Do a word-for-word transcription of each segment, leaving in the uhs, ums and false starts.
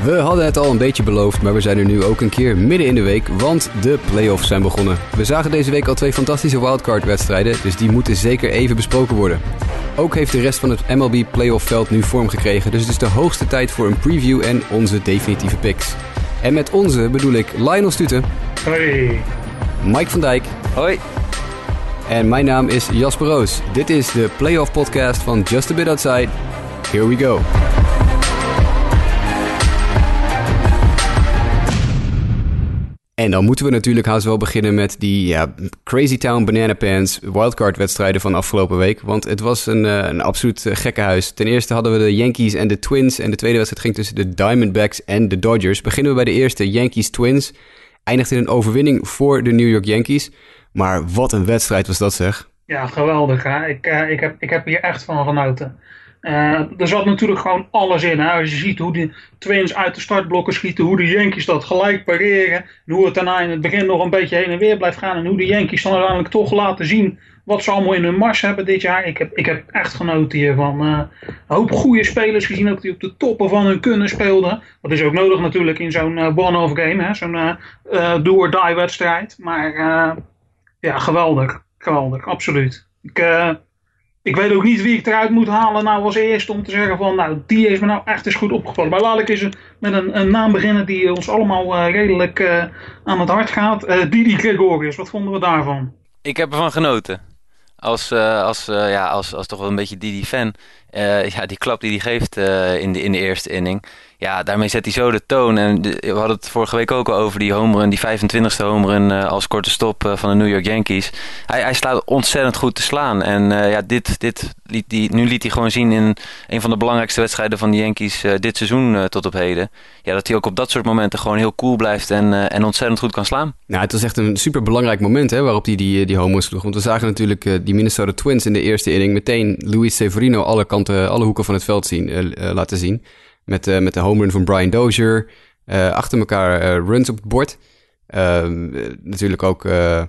We hadden het al een beetje beloofd, maar we zijn er nu ook een keer midden in de week, want de play-offs zijn begonnen. We zagen deze week al twee fantastische wildcard-wedstrijden, dus die moeten zeker even besproken worden. Ook heeft de rest van het M L B playoff-veld nu vorm gekregen, dus het is de hoogste tijd voor een preview en onze definitieve picks. En met onze bedoel ik Lionel Stuten. Hoi. Mike van Dijk. Hoi. En mijn naam is Jasper Roos. Dit is de playoff podcast van Just a Bit Outside. Here we go. En dan moeten we natuurlijk haast wel beginnen met die ja, Crazy Town Banana Pants wildcard wedstrijden van afgelopen week. Want het was een, uh, een absoluut uh, gekke huis. Ten eerste hadden we de Yankees en de Twins. En de tweede wedstrijd ging tussen de Diamondbacks en de Dodgers. Beginnen we bij de eerste, Yankees-Twins. Eindigt in een overwinning voor de New York Yankees. Maar wat een wedstrijd was dat, zeg. Ja, geweldig. Hè? Ik, uh, ik, heb, ik heb hier echt van genoten. Uh, er zat natuurlijk gewoon alles in. Hè? Als je ziet hoe de Twins uit de startblokken schieten, hoe de Yankees dat gelijk pareren, en hoe het daarna in het begin nog een beetje heen en weer blijft gaan, en hoe de Yankees dan uiteindelijk toch laten zien wat ze allemaal in hun mars hebben dit jaar. Ik heb, ik heb echt genoten hiervan. Uh, een hoop goede spelers gezien, ook die op de toppen van hun kunnen speelden. Dat is ook nodig natuurlijk in zo'n uh, one-off game, hè? Zo'n uh, uh, do-or-die wedstrijd. Maar uh, ja, geweldig. Geweldig, absoluut. Ik... Uh, Ik weet ook niet wie ik eruit moet halen nou als eerste om te zeggen van nou die is me nou echt eens goed opgevallen. Maar laat ik eens met een, een naam beginnen die ons allemaal uh, redelijk uh, aan het hart gaat. Uh, Didi Gregorius, wat vonden we daarvan? Ik heb ervan genoten. Als, uh, als, uh, ja, als, als toch wel een beetje Didi-fan. Uh, ja, die klap die hij geeft uh, in, de, in de eerste inning. Ja, daarmee zet hij zo de toon. En de, we hadden het vorige week ook al over die homerun, die vijfentwintigste homerun uh, als korte stop uh, van de New York Yankees. Hij, hij slaat ontzettend goed te slaan. En uh, ja, dit, dit liet die, nu liet hij gewoon zien in een van de belangrijkste wedstrijden van de Yankees uh, dit seizoen uh, tot op heden. Ja, dat hij ook op dat soort momenten gewoon heel cool blijft en, uh, en ontzettend goed kan slaan. Nou, het was echt een super belangrijk moment hè, waarop hij die, die home sloeg. Want we zagen natuurlijk uh, die Minnesota Twins in de eerste inning meteen Luis Severino alle kanten, alle hoeken van het veld zien, uh, uh, laten zien. Met, uh, met de home run van Brian Dozier. Uh, achter elkaar uh, runs op het bord. Uh, natuurlijk ook uh, uh,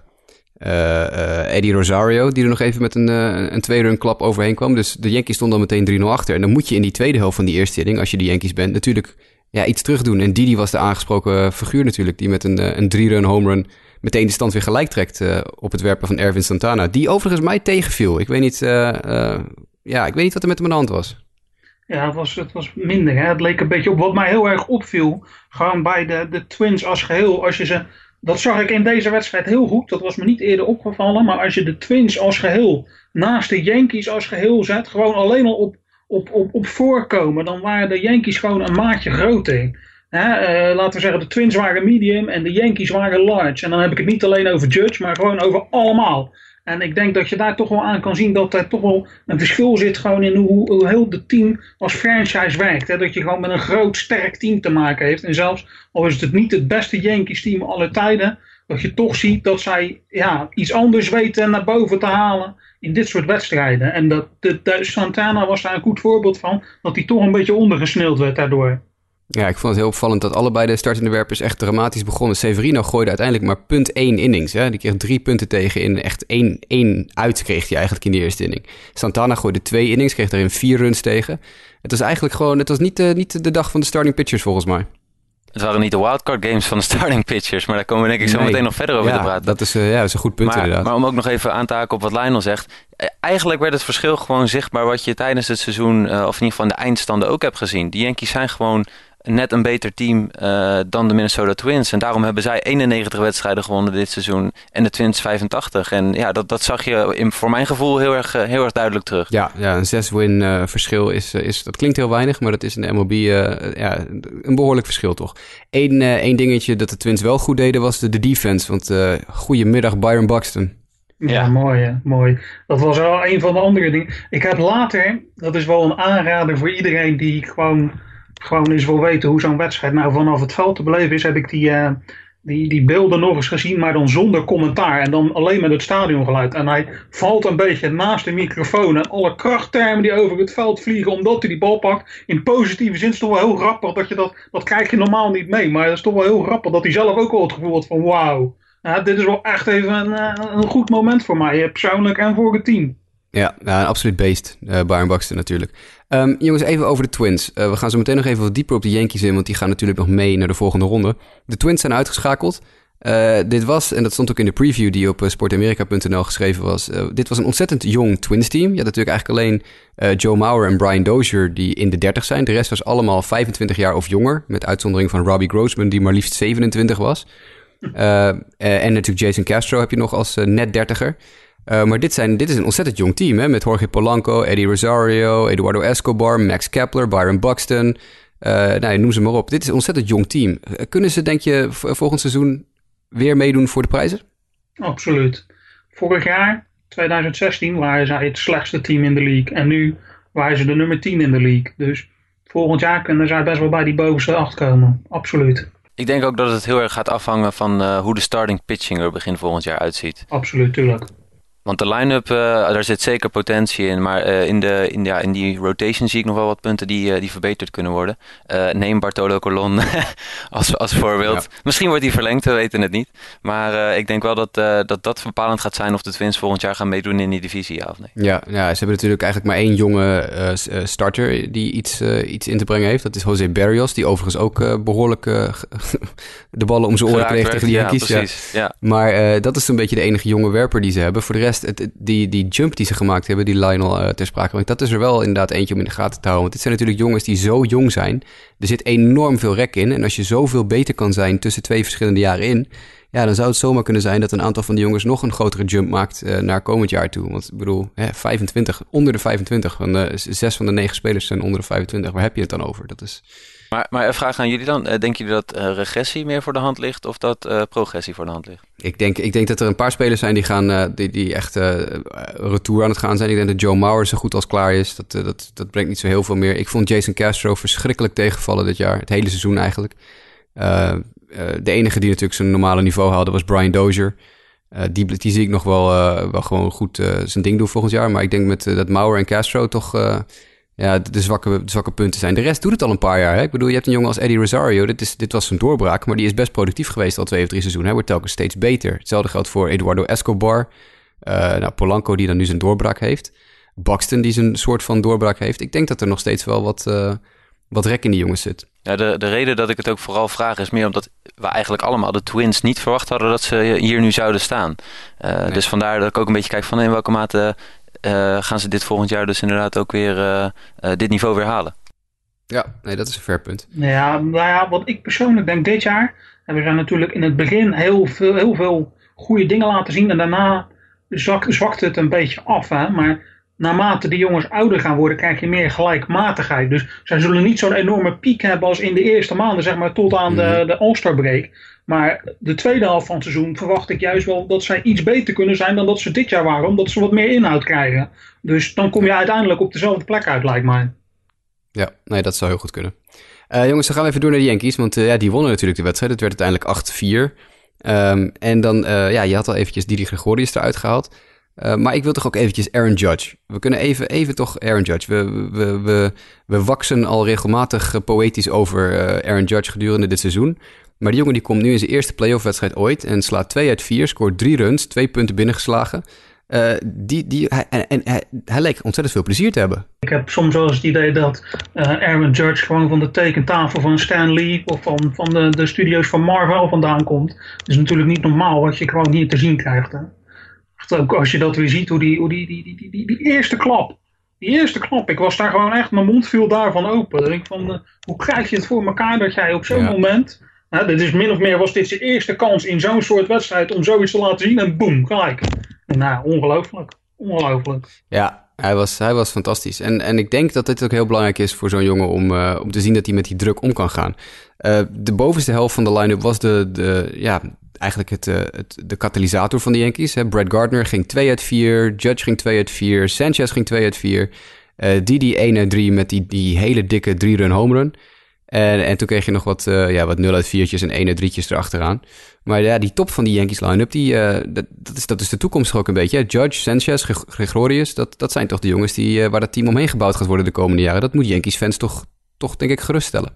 uh, Eddie Rosario, die er nog even met een, uh, een twee-run klap overheen kwam. Dus de Yankees stonden dan meteen drie nul achter. En dan moet je in die tweede helft van die eerste inning, als je de Yankees bent, natuurlijk ja, iets terug doen. En Didi was de aangesproken figuur natuurlijk, die met een, uh, een drie-run home run meteen de stand weer gelijk trekt uh, op het werpen van Ervin Santana. Die overigens mij tegenviel. Ik weet niet, uh, uh, ja, ik weet niet wat er met hem aan de hand was. Ja, het was, het was minder. Hè? Het leek een beetje op wat mij heel erg opviel. Gewoon bij de, de Twins als geheel. Als je ze, dat zag ik in deze wedstrijd heel goed. Dat was me niet eerder opgevallen. Maar als je de Twins als geheel naast de Yankees als geheel zet. Gewoon alleen al op, op, op, op voorkomen. Dan waren de Yankees gewoon een maatje groter. Hè? Uh, laten we zeggen de Twins waren medium en de Yankees waren large. En dan heb ik het niet alleen over Judge. Maar gewoon over allemaal. En ik denk dat je daar toch wel aan kan zien dat er toch wel een verschil zit gewoon in hoe, hoe heel het team als franchise werkt. Hè? Dat je gewoon met een groot sterk team te maken heeft. En zelfs al is het niet het beste Yankees team aller tijden, dat je toch ziet dat zij ja, iets anders weten naar boven te halen in dit soort wedstrijden. En dat de, de Santana was daar een goed voorbeeld van, dat hij toch een beetje ondergesneeuwd werd daardoor. Ja, ik vond het heel opvallend dat allebei de startende werpers echt dramatisch begonnen. Severino gooide uiteindelijk maar punt één innings. Hè? Die kreeg drie punten tegen in echt één, één uit kreeg hij eigenlijk in de eerste inning. Santana gooide twee innings, kreeg daarin vier runs tegen. Het was eigenlijk gewoon, het was niet, uh, niet de dag van de starting pitchers volgens mij. Het waren niet de wildcard games van de starting pitchers, maar daar komen we denk ik zo nee. meteen nog verder over ja, te praten. Dat is, uh, ja, dat is een goed punt maar, inderdaad. Maar om ook nog even aan te haken op wat Lionel zegt. Eigenlijk werd het verschil gewoon zichtbaar wat je tijdens het seizoen, uh, of in ieder geval in de eindstanden ook hebt gezien. Die Yankees zijn gewoon net een beter team uh, dan de Minnesota Twins. En daarom hebben zij eenennegentig wedstrijden gewonnen dit seizoen en de Twins vijfentachtig. En ja, dat, dat zag je in, voor mijn gevoel heel erg, uh, heel erg duidelijk terug. Ja, ja een zes-win uh, verschil is, uh, is, dat klinkt heel weinig, maar dat is in de M L B uh, ja, een behoorlijk verschil toch. Eén uh, één dingetje dat de Twins wel goed deden was de, de defense. Want uh, goedemiddag Byron Buxton. Ja, ja, mooi hè, mooi. Dat was wel een van de andere dingen. Ik heb later, dat is wel een aanrader voor iedereen die gewoon... gewoon eens wil weten hoe zo'n wedstrijd nou vanaf het veld te beleven is, heb ik die, uh, die, die beelden nog eens gezien, maar dan zonder commentaar en dan alleen met het stadiongeluid. En hij valt een beetje naast de microfoon en alle krachttermen die over het veld vliegen omdat hij die bal pakt. In positieve zin is het toch wel heel grappig dat je dat, dat krijg je normaal niet mee, maar het is toch wel heel grappig dat hij zelf ook wel het gevoel had van wauw, uh, dit is wel echt even een, uh, een goed moment voor mij, persoonlijk en voor het team. Ja, ja, een absoluut beest. Uh, Byron Buxton natuurlijk. Um, jongens, even over de Twins. Uh, we gaan zo meteen nog even wat dieper op de Yankees in, want die gaan natuurlijk nog mee naar de volgende ronde. De Twins zijn uitgeschakeld. Uh, dit was, en dat stond ook in de preview die op uh, sportamerika punt n l geschreven was. Uh, dit was een ontzettend jong Twins team. Je had natuurlijk eigenlijk alleen uh, Joe Mauer en Brian Dozier die in de dertig zijn. De rest was allemaal vijfentwintig jaar of jonger. Met uitzondering van Robbie Grossman die maar liefst zevenentwintig was. Uh, uh, en natuurlijk Jason Castro heb je nog als uh, net dertiger. Uh, maar dit, zijn, dit is een ontzettend jong team, hè? Met Jorge Polanco, Eddie Rosario, Eduardo Escobar, Max Kepler, Byron Buxton. Uh, nou, noem ze maar op. Dit is een ontzettend jong team. Uh, kunnen ze, denk je, v- volgend seizoen weer meedoen voor de prijzen? Absoluut. Vorig jaar, twintig zestien, waren zij het slechtste team in de league. En nu waren ze de nummer tien in de league. Dus volgend jaar kunnen zij best wel bij die bovenste acht komen. Absoluut. Ik denk ook dat het heel erg gaat afhangen van uh, hoe de starting pitching er begin volgend jaar uitziet. Absoluut, tuurlijk. Want de line-up, uh, daar zit zeker potentie in. Maar uh, in, de, in, ja, in die rotation zie ik nog wel wat punten die, uh, die verbeterd kunnen worden. Uh, neem Bartolo Colon als, als voorbeeld. Ja. Misschien wordt hij verlengd, we weten het niet. Maar uh, ik denk wel dat, uh, dat dat bepalend gaat zijn of de Twins volgend jaar gaan meedoen in die divisie, ja of nee. Ja, ja, ze hebben natuurlijk eigenlijk maar één jonge uh, starter die iets, uh, iets in te brengen heeft. Dat is José Berrios, die overigens ook uh, behoorlijk uh, de ballen om zijn oren kreeg tegen de Yankees. Ja, precies. Ja. Ja. Maar uh, dat is een beetje de enige jonge werper die ze hebben. Voor de rest, het, het, die, die jump die ze gemaakt hebben, die Lionel uh, ter sprake brengt, dat is er wel inderdaad eentje om in de gaten te houden. Want dit zijn natuurlijk jongens die zo jong zijn. Er zit enorm veel rek in. En als je zoveel beter kan zijn tussen twee verschillende jaren in, ja, dan zou het zomaar kunnen zijn dat een aantal van die jongens nog een grotere jump maakt uh, naar komend jaar toe. Want ik bedoel, hè, vijfentwintig, onder de vijfentwintig. Van uh, zes van de negen spelers zijn onder de vijfentwintig. Waar heb je het dan over? Dat is... Maar, maar een vraag aan jullie dan. Denken jullie dat uh, regressie meer voor de hand ligt of dat uh, progressie voor de hand ligt? Ik denk, ik denk dat er een paar spelers zijn die, gaan, uh, die, die echt uh, retour aan het gaan zijn. Ik denk dat Joe Mauer zo goed als klaar is. Dat, uh, dat, dat brengt niet zo heel veel meer. Ik vond Jason Castro verschrikkelijk tegengevallen dit jaar. Het hele seizoen eigenlijk. Uh, uh, de enige die natuurlijk zijn normale niveau haalde was Brian Dozier. Uh, die, die zie ik nog wel, uh, wel gewoon goed uh, zijn ding doen volgend jaar. Maar ik denk met, uh, dat Mauer en Castro toch... Uh, Ja, de zwakke, de zwakke punten zijn. De rest doet het al een paar jaar. Hè? Ik bedoel, je hebt een jongen als Eddie Rosario. Dit, is, dit was zijn doorbraak, maar die is best productief geweest al twee of drie seizoenen. Hij wordt telkens steeds beter. Hetzelfde geldt voor Eduardo Escobar. Uh, nou, Polanco, die dan nu zijn doorbraak heeft. Buxton, die zijn soort van doorbraak heeft. Ik denk dat er nog steeds wel wat, uh, wat rek in die jongens zit. Ja, de, de reden dat ik het ook vooral vraag is meer omdat we eigenlijk allemaal de Twins niet verwacht hadden dat ze hier nu zouden staan. Uh, nee. Dus vandaar dat ik ook een beetje kijk van in welke mate... Uh, gaan ze dit volgend jaar dus inderdaad ook weer uh, uh, dit niveau weer halen? Ja, nee, dat is een fair punt. Ja, nou ja, wat ik persoonlijk denk dit jaar, en we zijn natuurlijk in het begin heel veel, heel veel goede dingen laten zien en daarna zak, zwakt het een beetje af. Hè? Maar naarmate de jongens ouder gaan worden, krijg je meer gelijkmatigheid. Dus zij zullen niet zo'n enorme piek hebben als in de eerste maanden, zeg maar, tot aan de, de All-Star break. Maar de tweede helft van het seizoen verwacht ik juist wel dat zij iets beter kunnen zijn dan dat ze dit jaar waren. Omdat ze wat meer inhoud krijgen. Dus dan kom je uiteindelijk op dezelfde plek uit, lijkt mij. Ja, nee, dat zou heel goed kunnen. Uh, jongens, dan gaan we even door naar de Yankees. Want uh, ja, die wonnen natuurlijk de wedstrijd. Het werd uiteindelijk acht vier. Um, en dan, uh, ja, je had al eventjes Didi Gregorius eruit gehaald. Uh, maar ik wil toch ook eventjes Aaron Judge. We kunnen even, even toch Aaron Judge. We, we, we, we waksen al regelmatig uh, poëtisch over uh, Aaron Judge gedurende dit seizoen. Maar die jongen die komt nu in zijn eerste playoff-wedstrijd ooit en slaat twee uit vier, scoort drie runs, twee punten binnengeslagen. Uh, die, die, hij, en, en hij, hij leek ontzettend veel plezier te hebben. Ik heb soms wel eens het idee dat uh, Aaron Judge gewoon van de tekentafel van Stan Lee of van, van de, de studio's van Marvel vandaan komt. Dat is natuurlijk niet normaal wat je gewoon hier te zien krijgt. Hè. Ook als je dat weer ziet, hoe die, hoe die, die, die, die, die, die eerste klap. Die eerste klap, ik was daar gewoon echt, mijn mond viel daarvan open. Dan denk ik van, uh, hoe krijg je het voor elkaar dat jij op zo'n ja. moment... Uh, dit is min of meer, was dit zijn eerste kans in zo'n soort wedstrijd om zoiets te laten zien en boem, gelijk. En, nou, ongelooflijk. Ongelooflijk. Ja, hij was, hij was fantastisch. En, en ik denk dat dit ook heel belangrijk is voor zo'n jongen om, uh, om te zien dat hij met die druk om kan gaan. Uh, de bovenste helft van de line-up was de, de, ja, eigenlijk het, uh, het, de katalysator van de Yankees. Hè. Brad Gardner ging twee uit vier, Judge ging twee uit vier, Sanchez ging twee uit vier. Uh, Didi één uit drie met die, die hele dikke drie-run homerun. En, en toen kreeg je nog wat, uh, ja, wat nul uit viertjes en één uit drietjes erachteraan. Maar ja, die top van die Yankees line-up, die, uh, dat, dat, is, dat is de toekomst ook een beetje. Hè? Judge, Sanchez, Gregorius, dat, dat zijn toch de jongens die, uh, waar dat team omheen gebouwd gaat worden de komende jaren. Dat moet Yankees fans toch, toch denk ik geruststellen.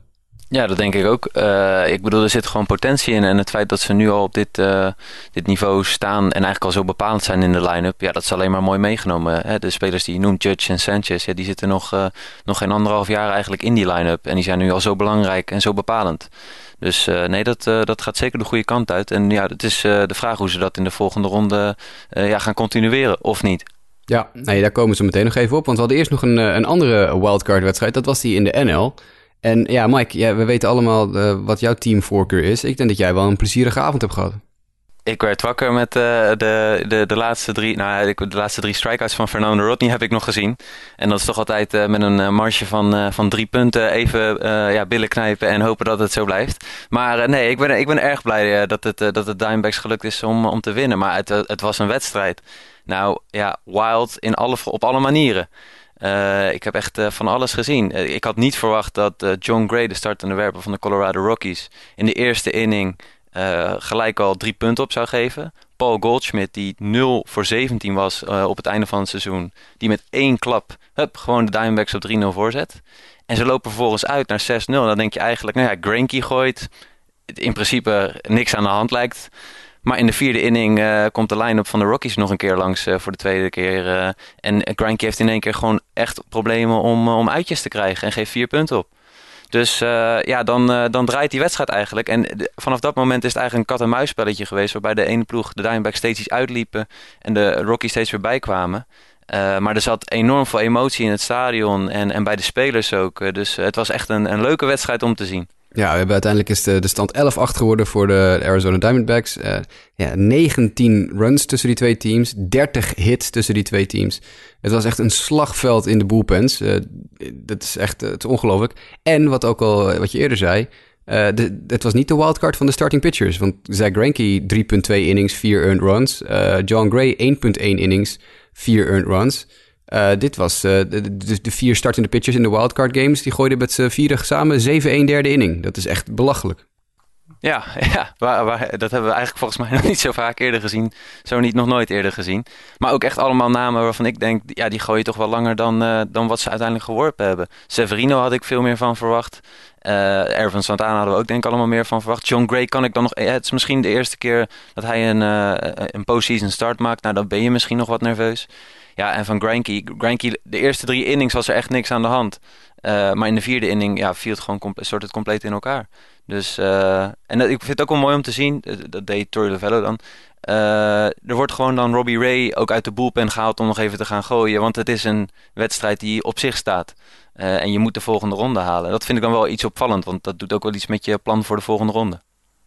Ja, dat denk ik ook. Uh, ik bedoel, er zit gewoon potentie in. En het feit dat ze nu al op dit, uh, dit niveau staan en eigenlijk al zo bepalend zijn in de line-up, ja, dat is alleen maar mooi meegenomen. Hè? De spelers die je noemt, Judge en Sanchez, ja, die zitten nog, uh, nog geen anderhalf jaar eigenlijk in die line-up. En die zijn nu al zo belangrijk en zo bepalend. Dus uh, nee, dat, uh, dat gaat zeker de goede kant uit. En ja, het is uh, de vraag hoe ze dat in de volgende ronde uh, ja, gaan continueren of niet. Ja, nee, daar komen ze meteen nog even op. Want we hadden eerst nog een, een andere wildcard-wedstrijd. Dat was die in de N L. En ja, Mike, ja, we weten allemaal uh, wat jouw teamvoorkeur is. Ik denk dat jij wel een plezierige avond hebt gehad. Ik werd wakker met uh, de, de, de laatste drie, nou, de laatste drie strikeouts van Fernando Rodney heb ik nog gezien. En dat is toch altijd uh, met een marge van, uh, van drie punten even uh, ja, billen knijpen en hopen dat het zo blijft. Maar uh, nee, ik ben, ik ben erg blij uh, dat het uh, dat het Diamondbacks gelukt is om, om te winnen. Maar het, uh, het was een wedstrijd. Nou ja, wild in alle, op alle manieren. Uh, ik heb echt uh, van alles gezien. Uh, ik had niet verwacht dat uh, John Gray, de startende werper van de Colorado Rockies, in de eerste inning uh, gelijk al drie punten op zou geven. Paul Goldschmidt, die nul voor zeventien was uh, op het einde van het seizoen, die met één klap hup, gewoon de Diamondbacks op drie nul voorzet. En ze lopen vervolgens uit naar zes nul. Dan denk je eigenlijk, nou ja, Greinke gooit. In principe niks aan de hand lijkt. Maar in de vierde inning uh, komt de line-up van de Rockies nog een keer langs uh, voor de tweede keer. Uh, en Greinke heeft in één keer gewoon echt problemen om, uh, om uitjes te krijgen en geeft vier punten op. Dus uh, ja, dan, uh, dan draait die wedstrijd eigenlijk. En de, vanaf dat moment is het eigenlijk een kat-en-muisspelletje geweest, waarbij de ene ploeg, de Diamondbacks, steeds iets uitliepen en de Rockies steeds weer bijkwamen. Uh, maar er zat enorm veel emotie in het stadion en, en bij de spelers ook. Uh, dus uh, het was echt een, een leuke wedstrijd om te zien. Ja, we hebben uiteindelijk is de, de stand elf acht geworden voor de Arizona Diamondbacks. Uh, ja, negentien runs tussen die twee teams, dertig hits tussen die twee teams. Het was echt een slagveld in de bullpens. Uh, dat is echt uh, het is ongelooflijk. En wat ook al, wat je eerder zei, uh, de, het was niet de wildcard van de starting pitchers. Want Zack Greinke drie komma twee innings, vier earned runs. Uh, John Gray één komma één innings, vier earned runs. Uh, dit was uh, de, de, de vier startende pitchers in de wildcard games. Die gooiden met z'n vieren samen zeven een derde inning. Dat is echt belachelijk. Ja, ja waar, waar, dat hebben we eigenlijk volgens mij nog niet zo vaak eerder gezien. Zo niet nog nooit eerder gezien. Maar ook echt allemaal namen waarvan ik denk, ja, die gooien toch wel langer dan, uh, dan wat ze uiteindelijk geworpen hebben. Severino had ik veel meer van verwacht. Uh, Ervin Santana hadden we ook denk ik allemaal meer van verwacht. John Gray kan ik dan nog... Het is misschien de eerste keer dat hij een, uh, een postseason start maakt. Nou, dan ben je misschien nog wat nerveus. Ja, en van Greinke, Greinke, de eerste drie innings was er echt niks aan de hand. Uh, maar in de vierde inning ja, viel het gewoon comple- soort het compleet in elkaar. Dus, uh, en dat, ik vind het ook wel mooi om te zien, dat deed Torey Lovullo dan. Uh, er wordt gewoon dan Robbie Ray ook uit de bullpen gehaald om nog even te gaan gooien. Want het is een wedstrijd die op zich staat. Uh, en je moet de volgende ronde halen. Dat vind ik dan wel iets opvallend, want dat doet ook wel iets met je plan voor de volgende ronde.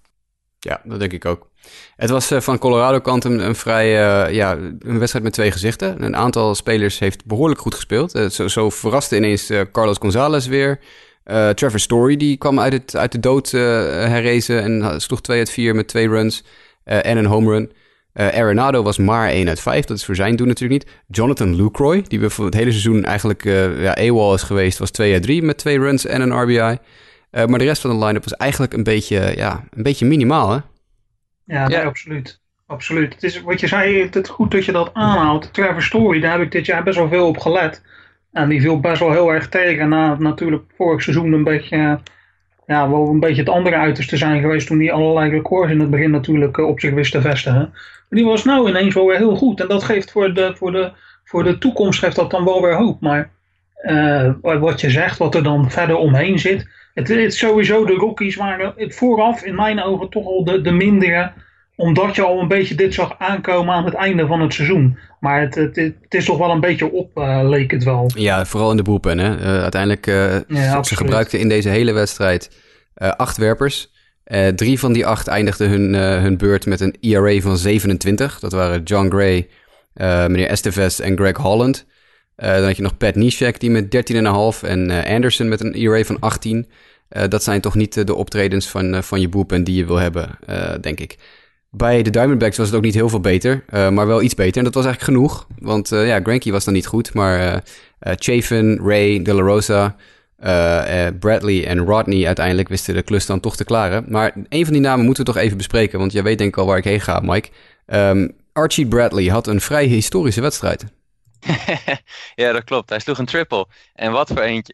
Ja, dat denk ik ook. Het was uh, van Colorado kant een, een vrij uh, ja, een wedstrijd met twee gezichten. Een aantal spelers heeft behoorlijk goed gespeeld. Uh, zo, zo verraste ineens uh, Carlos Gonzalez weer. Uh, Trevor Story die kwam uit, het, uit de dood uh, herrezen en sloeg twee uit vier met twee runs uh, en een home run. Uh, Arenado was maar één uit vijf. Dat is voor zijn doen natuurlijk niet. Jonathan Lucroy, die we voor het hele seizoen eigenlijk uh, ja, AWOL is geweest, was twee uit drie met twee runs en een R B I. Uh, maar de rest van de line-up was eigenlijk een beetje, ja, een beetje minimaal, hè? Ja, nee, ja. absoluut. Absoluut. Het is, wat je zei, het is goed dat je dat aanhaalt. Trevor Story, daar heb ik dit jaar best wel veel op gelet. En die viel best wel heel erg tegen. Na natuurlijk vorig seizoen een beetje, ja, wel een beetje het andere uiterste zijn geweest. Toen die allerlei records in het begin natuurlijk op zich wist te vestigen. Maar die was nou ineens wel weer heel goed. En dat geeft voor de, voor de, voor de toekomst geeft dat dan wel weer hoop. Maar uh, wat je zegt, wat er dan verder omheen zit. Het, het sowieso, de Rockies waren vooraf in mijn ogen toch al de, de mindere. Omdat je al een beetje dit zag aankomen aan het einde van het seizoen. Maar het, het, het is toch wel een beetje op, uh, leek het wel. Ja, vooral in de bullpen. Hè? Uh, uiteindelijk, uh, ja, ze gebruikten in deze hele wedstrijd uh, acht werpers. Uh, drie van die acht eindigden hun, uh, hun beurt met een E R A van zevenentwintig. Dat waren John Gray, uh, meneer Estevez en Greg Holland. Uh, dan had je nog Pat Neshek die met dertien komma vijf en uh, Anderson met een E R A van achttien. Uh, dat zijn toch niet uh, de optredens van, uh, van je bullpen die je wil hebben, uh, denk ik. Bij de Diamondbacks was het ook niet heel veel beter, uh, maar wel iets beter. En dat was eigenlijk genoeg, want uh, ja, Greinke was dan niet goed. Maar uh, uh, Chafin, Ray, De La Rosa, uh, uh, Bradley en Rodney uiteindelijk wisten de klus dan toch te klaren. Maar een van die namen moeten we toch even bespreken, want jij weet denk ik al waar ik heen ga, Mike. Um, Archie Bradley had een vrij historische wedstrijd. Ja, dat klopt. Hij sloeg een triple. En wat voor eentje.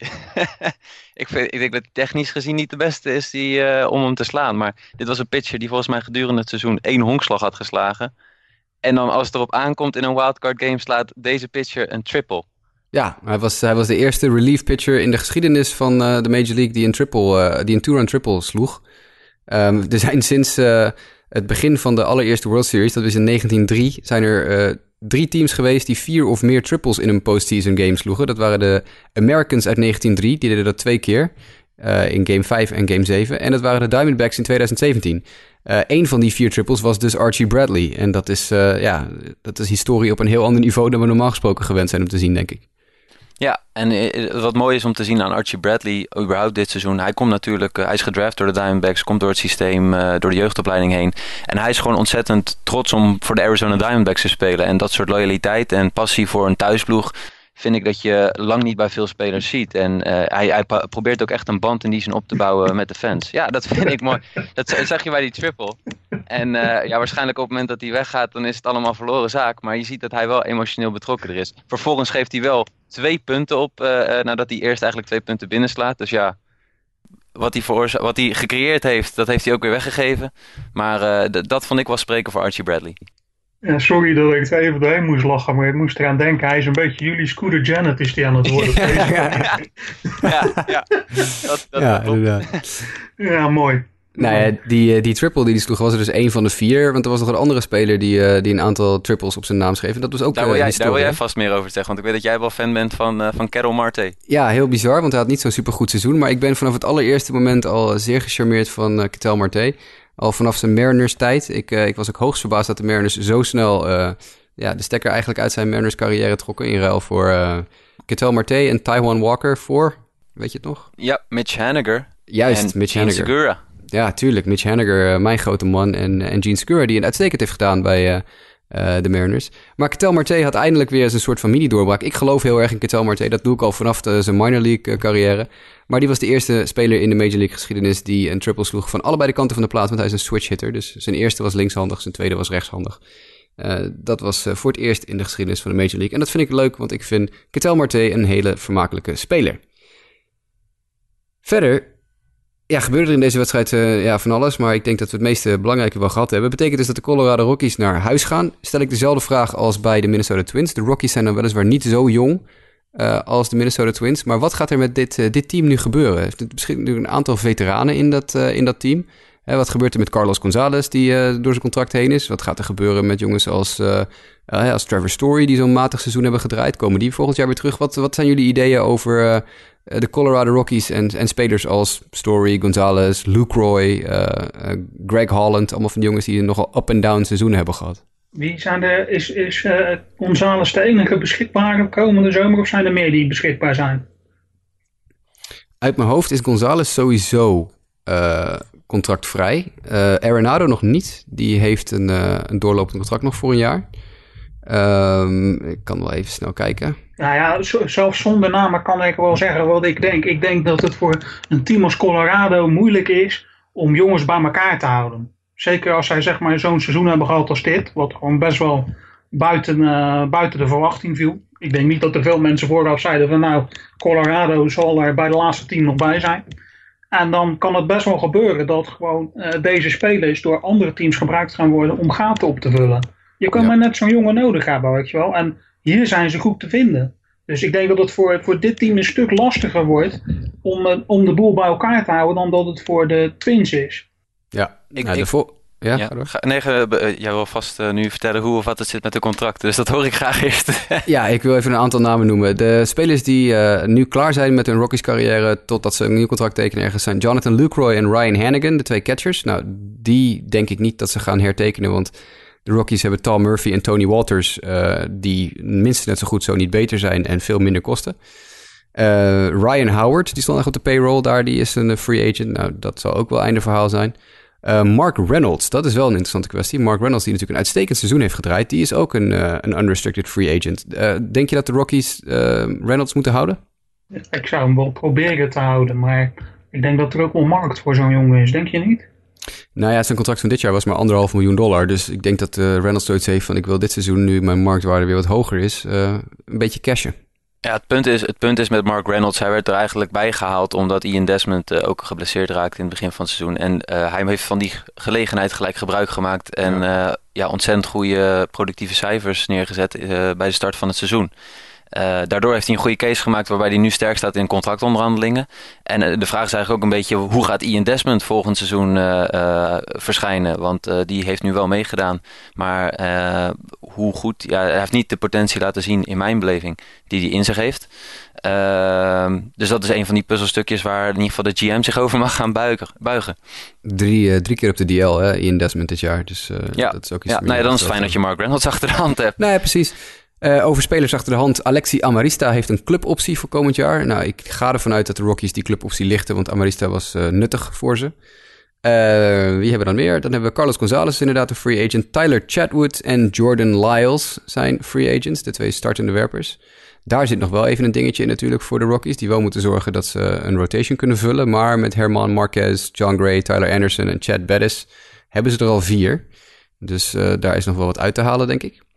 ik, vind, ik denk dat hij technisch gezien niet de beste is die, uh, om hem te slaan. Maar dit was een pitcher die volgens mij gedurende het seizoen één honkslag had geslagen. En dan als het erop aankomt in een wildcard game slaat deze pitcher een triple. Ja, hij was, hij was de eerste relief pitcher in de geschiedenis van uh, de Major League die een triple, uh, die een two-run triple sloeg. Um, er zijn sinds uh, het begin van de allereerste World Series, dat was in negentien nul drie, zijn er uh, drie teams geweest die vier of meer triples in een postseason game sloegen. Dat waren de Americans uit negentien nul drie, die deden dat twee keer. Uh, in game vijf en game zeven. En dat waren de Diamondbacks in tweeduizend zeventien. Uh, Eén van die vier triples was dus Archie Bradley. En dat is, uh, ja, dat is historie op een heel ander niveau dan we normaal gesproken gewend zijn om te zien, denk ik. Ja, en wat mooi is om te zien aan Archie Bradley, überhaupt dit seizoen. Hij komt natuurlijk, uh, hij is gedraft door de Diamondbacks, komt door het systeem, uh, door de jeugdopleiding heen. En hij is gewoon ontzettend trots om voor de Arizona Diamondbacks te spelen. En dat soort loyaliteit en passie voor een thuisploeg vind ik dat je lang niet bij veel spelers ziet. En uh, hij, hij pa- probeert ook echt een band in die zin op te bouwen met de fans. Ja, dat vind ik mooi. Dat zag je bij die triple. En uh, ja, waarschijnlijk op het moment dat hij weggaat, dan is het allemaal verloren zaak. Maar je ziet dat hij wel emotioneel betrokken er is. Vervolgens geeft hij wel twee punten op, uh, nadat hij eerst eigenlijk twee punten binnenslaat. Dus ja, wat hij, veroorza- wat hij gecreëerd heeft, dat heeft hij ook weer weggegeven. Maar uh, d- dat vond ik wel spreken voor Archie Bradley. Ja, sorry dat ik er even doorheen moest lachen, maar ik moest eraan denken. Hij is een beetje jullie Scooter Janet is die aan het worden. ja, ja, ja, ja, dat, dat ja, klopt. Inderdaad. Ja, mooi. Nou ja, die, die triple die hij sloeg was er dus één van de vier. Want er was nog een andere speler die, uh, die een aantal triples op zijn naam schreef. En dat was ook daar, wil uh, jij, daar wil jij vast meer over zeggen. Want ik weet dat jij wel fan bent van, uh, van Ketel Marte. Ja, heel bizar, want hij had niet zo'n supergoed seizoen. Maar ik ben vanaf het allereerste moment al zeer gecharmeerd van uh, Ketel Marte. Al vanaf zijn Mariners tijd. Ik, uh, ik was ook hoogst verbaasd dat de Mariners zo snel uh, ja, de stekker eigenlijk uit zijn Mariners carrière trokken. In ruil voor uh, Ketel Marte en Taijuan Walker voor, weet je het nog? Ja, Mitch Haniger. Juist, en Mitch Gene Haniger. Segura. Ja, tuurlijk. Mitch Haniger, uh, mijn grote man. En, en Gene Segura, die het uitstekend heeft gedaan bij uh, uh, de Mariners. Maar Ketel Marte had eindelijk weer eens een soort van mini-doorbraak. Ik geloof heel erg in Ketel Marte. Dat doe ik al vanaf de, zijn minor league uh, carrière. Maar die was de eerste speler in de Major League geschiedenis die een triple sloeg van allebei de kanten van de plaat. Want hij is een switch hitter. Dus zijn eerste was linkshandig, zijn tweede was rechtshandig. Uh, dat was uh, voor het eerst in de geschiedenis van de Major League. En dat vind ik leuk, want ik vind Ketel Marte een hele vermakelijke speler. Verder... Ja, gebeurde er in deze wedstrijd uh, ja, van alles, maar ik denk dat we het meeste belangrijke wel gehad hebben. Dat betekent dus dat de Colorado Rockies naar huis gaan. Stel ik dezelfde vraag als bij de Minnesota Twins. De Rockies zijn dan weliswaar niet zo jong uh, als de Minnesota Twins. Maar wat gaat er met dit, uh, dit team nu gebeuren? Het beschikt natuurlijk een aantal veteranen in dat, uh, in dat team. Hè, wat gebeurt er met Carlos Gonzalez, die uh, door zijn contract heen is? Wat gaat er gebeuren met jongens als, uh, uh, als Trevor Story, die zo'n matig seizoen hebben gedraaid? Komen die volgend jaar weer terug? Wat, wat zijn jullie ideeën over... Uh, de Colorado Rockies en, en spelers als Story, Gonzalez, Lucroy, uh, uh, Greg Holland. Allemaal van die jongens die nogal up-and-down seizoenen hebben gehad. Wie zijn er, is is uh, Gonzalez de enige beschikbare komende zomer of zijn er meer die beschikbaar zijn? Uit mijn hoofd is Gonzalez sowieso uh, contractvrij. Uh, Arenado nog niet. Die heeft een, uh, een doorlopend contract nog voor een jaar. Um, ik kan wel even snel kijken. Nou ja, zo, zelfs zonder namen kan ik wel zeggen wat ik denk. Ik denk dat het voor een team als Colorado moeilijk is om jongens bij elkaar te houden. Zeker als zij zeg maar zo'n seizoen hebben gehad als dit. Wat gewoon best wel buiten, uh, buiten de verwachting viel. Ik denk niet dat er veel mensen vooraf zeiden van nou, Colorado zal er bij de laatste team nog bij zijn. En dan kan het best wel gebeuren dat gewoon uh, deze spelers door andere teams gebruikt gaan worden om gaten op te vullen. Je kan ja. maar net zo'n jongen nodig hebben, weet je wel. En hier zijn ze goed te vinden. Dus ik denk dat het voor, voor dit team een stuk lastiger wordt om, uh, om de boel bij elkaar te houden dan dat het voor de Twins is. Ja, ik, nou, ik, de vo- ja, ja, ga, nee, uh, jij wil vast uh, nu vertellen hoe of wat het zit met de contracten. Dus dat hoor ik graag eerst. Ja, ik wil even een aantal namen noemen. De spelers die uh, nu klaar zijn met hun Rockies carrière totdat ze een nieuw contract tekenen ergens zijn Jonathan Lucroy en Ryan Hanigan, de twee catchers. Nou, die denk ik niet dat ze gaan hertekenen, want de Rockies hebben Tom Murphy en Tony Walters, uh, die minstens net zo goed, zo niet beter zijn en veel minder kosten. Uh, Ryan Howard, die stond nog op de payroll daar, die is een free agent. Nou, dat zal ook wel einde verhaal zijn. Uh, Mark Reynolds, dat is wel een interessante kwestie. Mark Reynolds, die natuurlijk een uitstekend seizoen heeft gedraaid, die is ook een, uh, een unrestricted free agent. Uh, denk je dat de Rockies uh, Reynolds moeten houden? Ik zou hem wel proberen te houden, maar ik denk dat er ook wel markt voor zo'n jongen is. Denk je niet? Nou ja, zijn contract van dit jaar was maar anderhalf miljoen dollar. Dus ik denk dat uh, Reynolds zoiets heeft van... ik wil dit seizoen, nu mijn marktwaarde weer wat hoger is... Uh, een beetje cashen. Ja, het punt, is, het punt is met Mark Reynolds... hij werd er eigenlijk bij gehaald... omdat Ian Desmond uh, ook geblesseerd raakte in het begin van het seizoen. En uh, hij heeft van die gelegenheid gelijk gebruik gemaakt... en ja. Uh, ja, ontzettend goede productieve cijfers neergezet... Uh, bij de start van het seizoen. Uh, daardoor heeft hij een goede case gemaakt waarbij hij nu sterk staat in contractonderhandelingen. En uh, de vraag is eigenlijk ook een beetje hoe gaat Ian Desmond volgend seizoen uh, uh, verschijnen? Want uh, die heeft nu wel meegedaan. Maar uh, hoe goed, ja, hij heeft niet de potentie laten zien in mijn beleving die hij in zich heeft. Uh, dus dat is een van die puzzelstukjes waar in ieder geval de G M zich over mag gaan buigen. buigen. Drie, uh, drie keer op de D L, hè, Ian Desmond dit jaar. Dus uh, ja. dat is ook iets. Ja, nou ja, dan is het fijn dat je Mark Reynolds achter de hand hebt. Nee, precies. Uh, over spelers achter de hand. Alexi Amarista heeft een cluboptie voor komend jaar. Nou, ik ga ervan uit dat de Rockies die cluboptie lichten, want Amarista was uh, nuttig voor ze. Uh, wie hebben we dan meer? Dan hebben we Carlos Gonzalez, inderdaad een free agent. Tyler Chatwood en Jordan Lyles zijn free agents, de twee startende werpers. Daar zit nog wel even een dingetje in natuurlijk voor de Rockies, die wel moeten zorgen dat ze een rotation kunnen vullen. Maar met Herman Marquez, John Gray, Tyler Anderson en Chad Bettis hebben ze er al vier. Dus uh, daar is nog wel wat uit te halen, denk ik.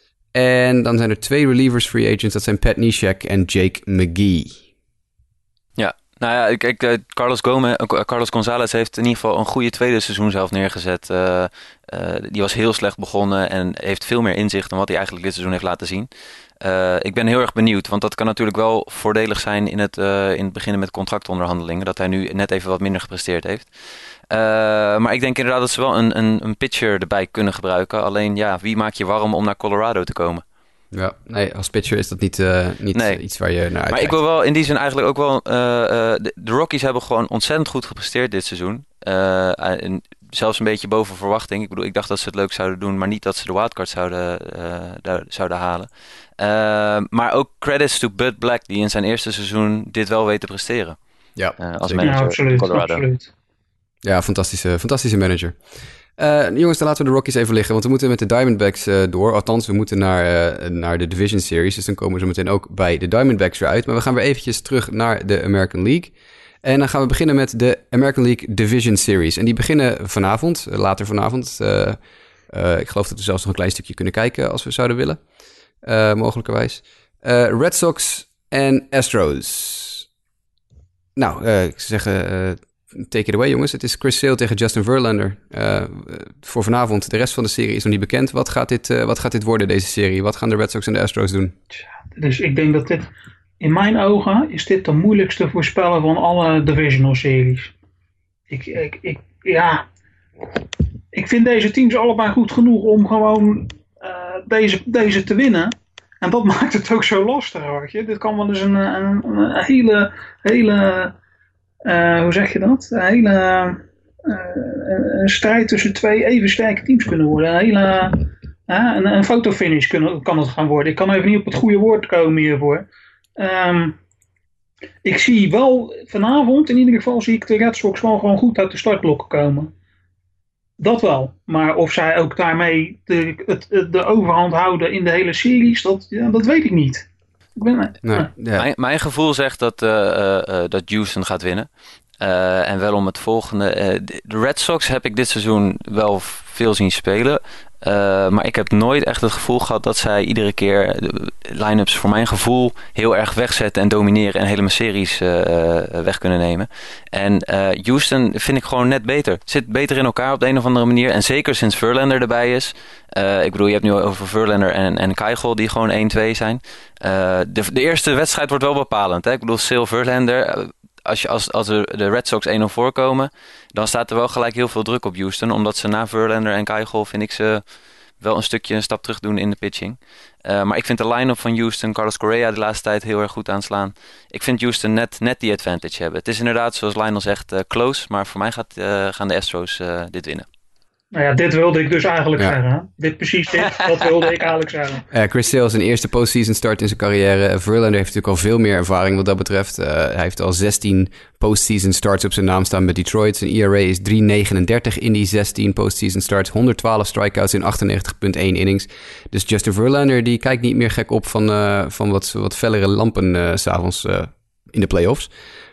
En dan zijn er twee relievers free agents. Dat zijn Pat Neshek en Jake McGee. Ja, nou ja, kijk, Carlos Gomez, Carlos Gonzalez heeft in ieder geval een goede tweede seizoen zelf neergezet. Uh, uh, die was heel slecht begonnen en heeft veel meer inzicht dan wat hij eigenlijk dit seizoen heeft laten zien. Uh, ik ben heel erg benieuwd, want dat kan natuurlijk wel voordelig zijn in het, uh, in het beginnen met contractonderhandelingen. Dat hij nu net even wat minder gepresteerd heeft. Uh, maar ik denk inderdaad dat ze wel een, een, een pitcher erbij kunnen gebruiken. Alleen ja, wie maak je warm om naar Colorado te komen? Ja, nee, als pitcher is dat niet, uh, niet nee. iets waar je naar uitkijkt. Maar ik wil wel in die zin eigenlijk ook wel... Uh, uh, de, de Rockies hebben gewoon ontzettend goed gepresteerd dit seizoen. Uh, en zelfs een beetje boven verwachting. Ik bedoel, ik dacht dat ze het leuk zouden doen, maar niet dat ze de wildcard zouden, uh, daar, zouden halen. Uh, maar ook credits to Bud Black, die in zijn eerste seizoen dit wel weet te presteren. Ja, uh, als manager ja, absoluut, Colorado. Absoluut. Ja, fantastische, fantastische manager. Uh, jongens, dan laten we de Rockies even liggen, want we moeten met de Diamondbacks uh, door. Althans, we moeten naar, uh, naar de Division Series, dus dan komen we zo meteen ook bij de Diamondbacks weer uit. Maar we gaan weer eventjes terug naar de American League. En dan gaan we beginnen met de American League Division Series. En die beginnen vanavond, uh, later vanavond. Uh, uh, ik geloof dat we zelfs nog een klein stukje kunnen kijken als we zouden willen, uh, mogelijkerwijs. Uh, Red Sox en Astros. Nou, uh, ik zou zeggen... Uh, Take it away, jongens. Het is Chris Sale tegen Justin Verlander. Uh, voor vanavond. De rest van de serie is nog niet bekend. Wat gaat, dit, uh, wat gaat dit worden, deze serie? Wat gaan de Red Sox en de Astros doen? Dus ik denk dat dit... In mijn ogen is dit de moeilijkste voorspellen van alle divisional series. Ik, ik, ik, ja... Ik vind deze teams allebei goed genoeg om gewoon uh, deze, deze te winnen. En dat maakt het ook zo lastig, weet je. Dit kan wel eens een, een, een hele... hele Uh, hoe zeg je dat? Een hele uh, een strijd tussen twee even sterke teams kunnen worden. Een hele uh, een, een fotofinish kunnen, kan het gaan worden. Ik kan even niet op het goede woord komen hiervoor. Um, ik zie wel vanavond, in ieder geval zie ik de Red Sox wel gewoon goed uit de startblokken komen. Dat wel. Maar of zij ook daarmee de, het, de overhand houden in de hele series, dat, ja, dat weet ik niet. Ik ben, nee, ja. mijn, mijn gevoel zegt dat, uh, uh, dat Houston gaat winnen. Uh, en wel om het volgende. Uh, de Red Sox heb ik dit seizoen wel veel zien spelen. Uh, maar ik heb nooit echt het gevoel gehad dat zij iedere keer de line-ups voor mijn gevoel heel erg wegzetten en domineren en helemaal series uh, weg kunnen nemen. En uh, Houston vind ik gewoon net beter. Zit beter in elkaar op de een of andere manier. En zeker sinds Verlander erbij is. Uh, ik bedoel, je hebt nu over Verlander en, en Keuchel die gewoon één twee zijn. Uh, de, de eerste wedstrijd wordt wel bepalend. Hè? Ik bedoel, Sale Verlander... Uh, Als, je, als, als de Red Sox één nul voorkomen, dan staat er wel gelijk heel veel druk op Houston. Omdat ze na Verlander en Keuchel, vind ik ze wel een stukje een stap terug doen in de pitching. Uh, maar ik vind de line-up van Houston, Carlos Correa de laatste tijd heel erg goed aanslaan. Ik vind Houston net, net die advantage hebben. Het is inderdaad, zoals Lionel zegt, uh, close. Maar voor mij gaat, uh, gaan de Astros uh, dit winnen. Nou ja, dit wilde ik dus eigenlijk ja. zeggen. Dit precies dit, dat wilde ik eigenlijk zeggen. Uh, Chris Sale is een eerste postseason start in zijn carrière. Verlander heeft natuurlijk al veel meer ervaring wat dat betreft. Uh, hij heeft al zestien postseason starts op zijn naam staan met Detroit. Zijn E R A is drie komma negenendertig in die zestien postseason starts. honderdtwaalf strikeouts in achtennegentig komma één innings. Dus Justin Verlander die kijkt niet meer gek op van, uh, van wat, wat fellere lampen uh, 's avonds uh, in de playoffs.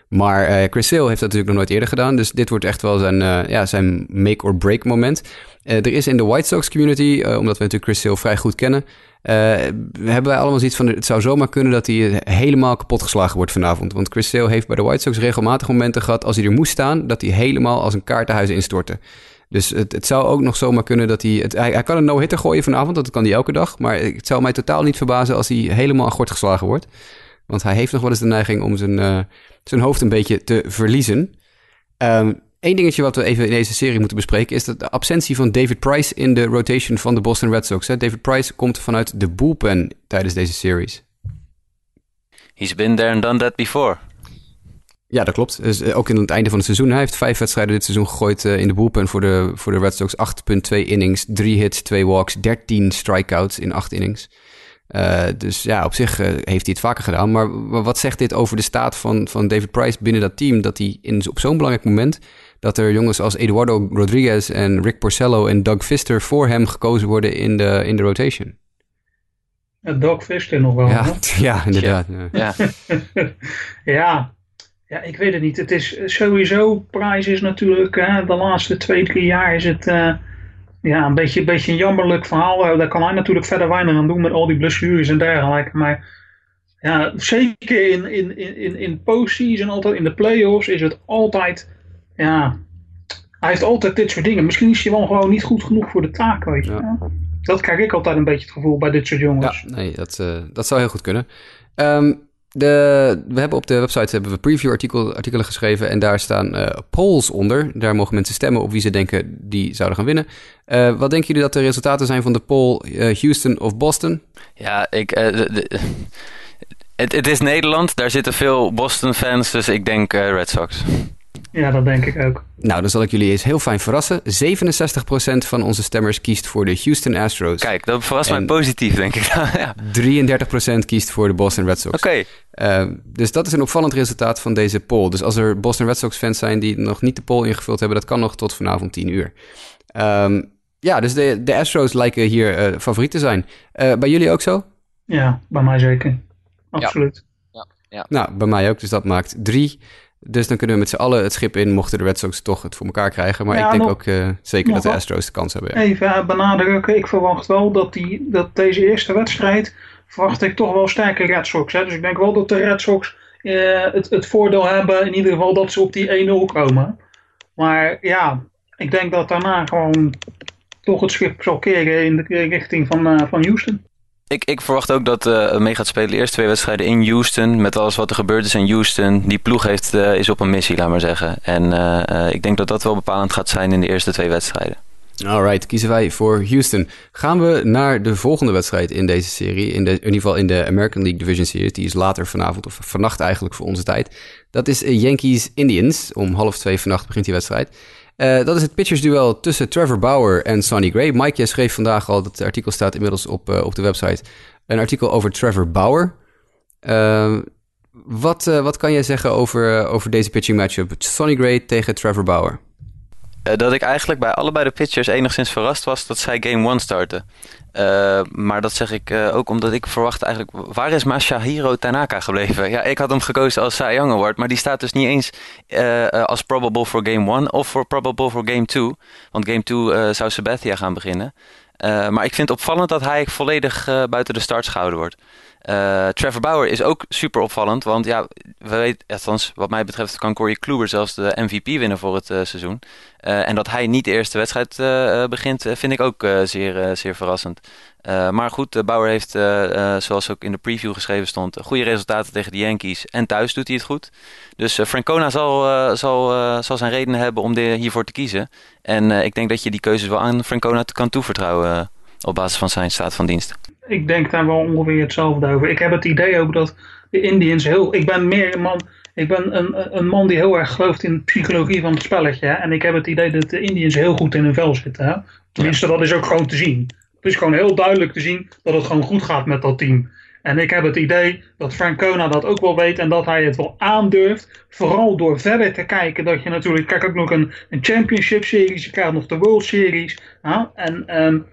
Maar uh, Chris Sale heeft dat natuurlijk nog nooit eerder gedaan. Dus dit wordt echt wel zijn, uh, ja, zijn make-or-break moment. Uh, er is in de White Sox community, uh, omdat we natuurlijk Chris Sale vrij goed kennen... Uh, hebben wij allemaal zoiets van... het zou zomaar kunnen dat hij helemaal kapot geslagen wordt vanavond. Want Chris Sale heeft bij de White Sox regelmatig momenten gehad... als hij er moest staan, dat hij helemaal als een kaartenhuis instortte. Dus het, het zou ook nog zomaar kunnen dat hij... Het, hij, hij kan een no-hitter gooien vanavond, dat kan hij elke dag. Maar het zou mij totaal niet verbazen als hij helemaal aan gort geslagen wordt. Want hij heeft nog wel eens de neiging om zijn, uh, zijn hoofd een beetje te verliezen. Um, Eén dingetje wat we even in deze serie moeten bespreken... is de absentie van David Price in de rotation van de Boston Red Sox. Hè? David Price komt vanuit de bullpen tijdens deze series. He's been there and done that before. Ja, dat klopt. Dus, uh, ook in het einde van het seizoen. Hij heeft vijf wedstrijden dit seizoen gegooid uh, in de bullpen voor de, voor de Red Sox. acht komma twee innings, drie hits, twee walks, dertien strikeouts in acht innings. Uh, dus ja, op zich uh, heeft hij het vaker gedaan. Maar wat zegt dit over de staat van, van David Price binnen dat team? Dat hij in, op zo'n belangrijk moment... dat er jongens als Eduardo Rodriguez en Rick Porcello en Doug Fister... voor hem gekozen worden in de, in de rotation. Ja, Doug Fister nog wel. Ja, ja inderdaad. Ja. Ja. ja. ja, ik weet het niet. Het is sowieso... Price is natuurlijk... Hè, de laatste twee, drie jaar is het... Uh, Ja, een beetje, een beetje een jammerlijk verhaal. Daar kan hij natuurlijk verder weinig aan doen met al die blessures en dergelijke. Maar ja, zeker in, in, in, in postseason, altijd in de playoffs, is het altijd... Ja, hij heeft altijd dit soort dingen. Misschien is hij wel gewoon niet goed genoeg voor de taak, weet je. Ja. Dat krijg ik altijd een beetje het gevoel bij dit soort jongens. Ja, nee, dat, uh, dat zou heel goed kunnen. Um, De, we hebben op de website hebben we preview artikel, artikelen geschreven en daar staan uh, polls onder. Daar mogen mensen stemmen op wie ze denken die zouden gaan winnen. Uh, wat denken jullie dat de resultaten zijn van de poll uh, Houston of Boston? Ja, ik... Uh, de, de, het, het is Nederland, daar zitten veel Boston fans, dus ik denk uh, Red Sox. Ja, dat denk ik ook. Nou, dan zal ik jullie eens heel fijn verrassen. zevenenzestig procent van onze stemmers kiest voor de Houston Astros. Kijk, dat verrast mij positief, denk ik. Ja. drieëndertig procent kiest voor de Boston Red Sox. Oké. Okay. Uh, dus dat is een opvallend resultaat van deze poll. Dus als er Boston Red Sox fans zijn die nog niet de poll ingevuld hebben... dat kan nog tot vanavond tien uur. Um, ja, dus de, de Astros lijken hier uh, favoriet te zijn. Uh, bij jullie ook zo? Ja, bij mij zeker. Absoluut. Ja. Ja. Ja. Nou, bij mij ook. Dus dat maakt drie... Dus dan kunnen we met z'n allen het schip in, mochten de Red Sox toch het voor elkaar krijgen. Maar ja, ik denk nog, ook uh, zeker dat de Astros de kans hebben. Ja. Even benadrukken, ik verwacht wel dat, die, dat deze eerste wedstrijd, verwacht ik toch wel sterke Red Sox. Hè? Dus ik denk wel dat de Red Sox uh, het, het voordeel hebben, in ieder geval dat ze op die één nul komen. Maar ja, ik denk dat daarna gewoon toch het schip zal keren in de richting van, uh, van Houston. Ik, ik verwacht ook dat uh, mee gaat spelen de eerste twee wedstrijden in Houston. Met alles wat er gebeurd is in Houston. Die ploeg heeft, uh, is op een missie, laat maar zeggen. En uh, uh, ik denk dat dat wel bepalend gaat zijn in de eerste twee wedstrijden. Alright, kiezen wij voor Houston. Gaan we naar de volgende wedstrijd in deze serie. In, de, in ieder geval in de American League Division Series. Die is later vanavond, of vannacht eigenlijk voor onze tijd. Dat is Yankees-Indians. Om half twee vannacht begint die wedstrijd. Uh, dat is het pitchersduel tussen Trevor Bauer en Sonny Gray. Mike, jij schreef vandaag al, dat artikel staat inmiddels op, uh, op de website. Een artikel over Trevor Bauer. Uh, wat, uh, wat kan jij zeggen over, uh, over deze pitching matchup? Sonny Gray tegen Trevor Bauer. Uh, dat ik eigenlijk bij allebei de pitchers enigszins verrast was dat zij game one starten. Uh, maar dat zeg ik uh, ook omdat ik verwacht eigenlijk... Waar is Masahiro Tanaka gebleven? Ja, ik had hem gekozen als Cy Young Award, maar die staat dus niet eens uh, uh, als probable voor game one of voor probable voor game two. Want game two uh, zou Sabathia gaan beginnen. Uh, maar ik vind het opvallend dat hij volledig uh, buiten de starts gehouden wordt. Uh, Trevor Bauer is ook super opvallend, want ja, we weten, althans, wat mij betreft kan Corey Kluber zelfs de M V P winnen voor het uh, seizoen. Uh, en dat hij niet de eerste wedstrijd uh, begint, uh, vind ik ook uh, zeer, uh, zeer verrassend. Uh, maar goed, uh, Bauer heeft, uh, uh, zoals ook in de preview geschreven stond, goede resultaten tegen de Yankees. En thuis doet hij het goed. Dus uh, Francona zal, uh, zal, uh, zal zijn redenen hebben om de, hiervoor te kiezen. En uh, ik denk dat je die keuzes wel aan Francona kan toevertrouwen uh, op basis van zijn staat van dienst. Ik denk daar wel ongeveer hetzelfde over. Ik heb het idee ook dat de Indians heel... Ik ben meer een man... Ik ben een, een man die heel erg gelooft in de psychologie van het spelletje. Hè? En ik heb het idee dat de Indians heel goed in hun vel zitten. Hè? Tenminste, dat is ook gewoon te zien. Het is gewoon heel duidelijk te zien dat het gewoon goed gaat met dat team. En ik heb het idee dat Francona dat ook wel weet en dat hij het wel aandurft. Vooral door verder te kijken dat je natuurlijk... Kijk ook nog een, een championship series, je krijgt nog de World Series. Hè? En... Um,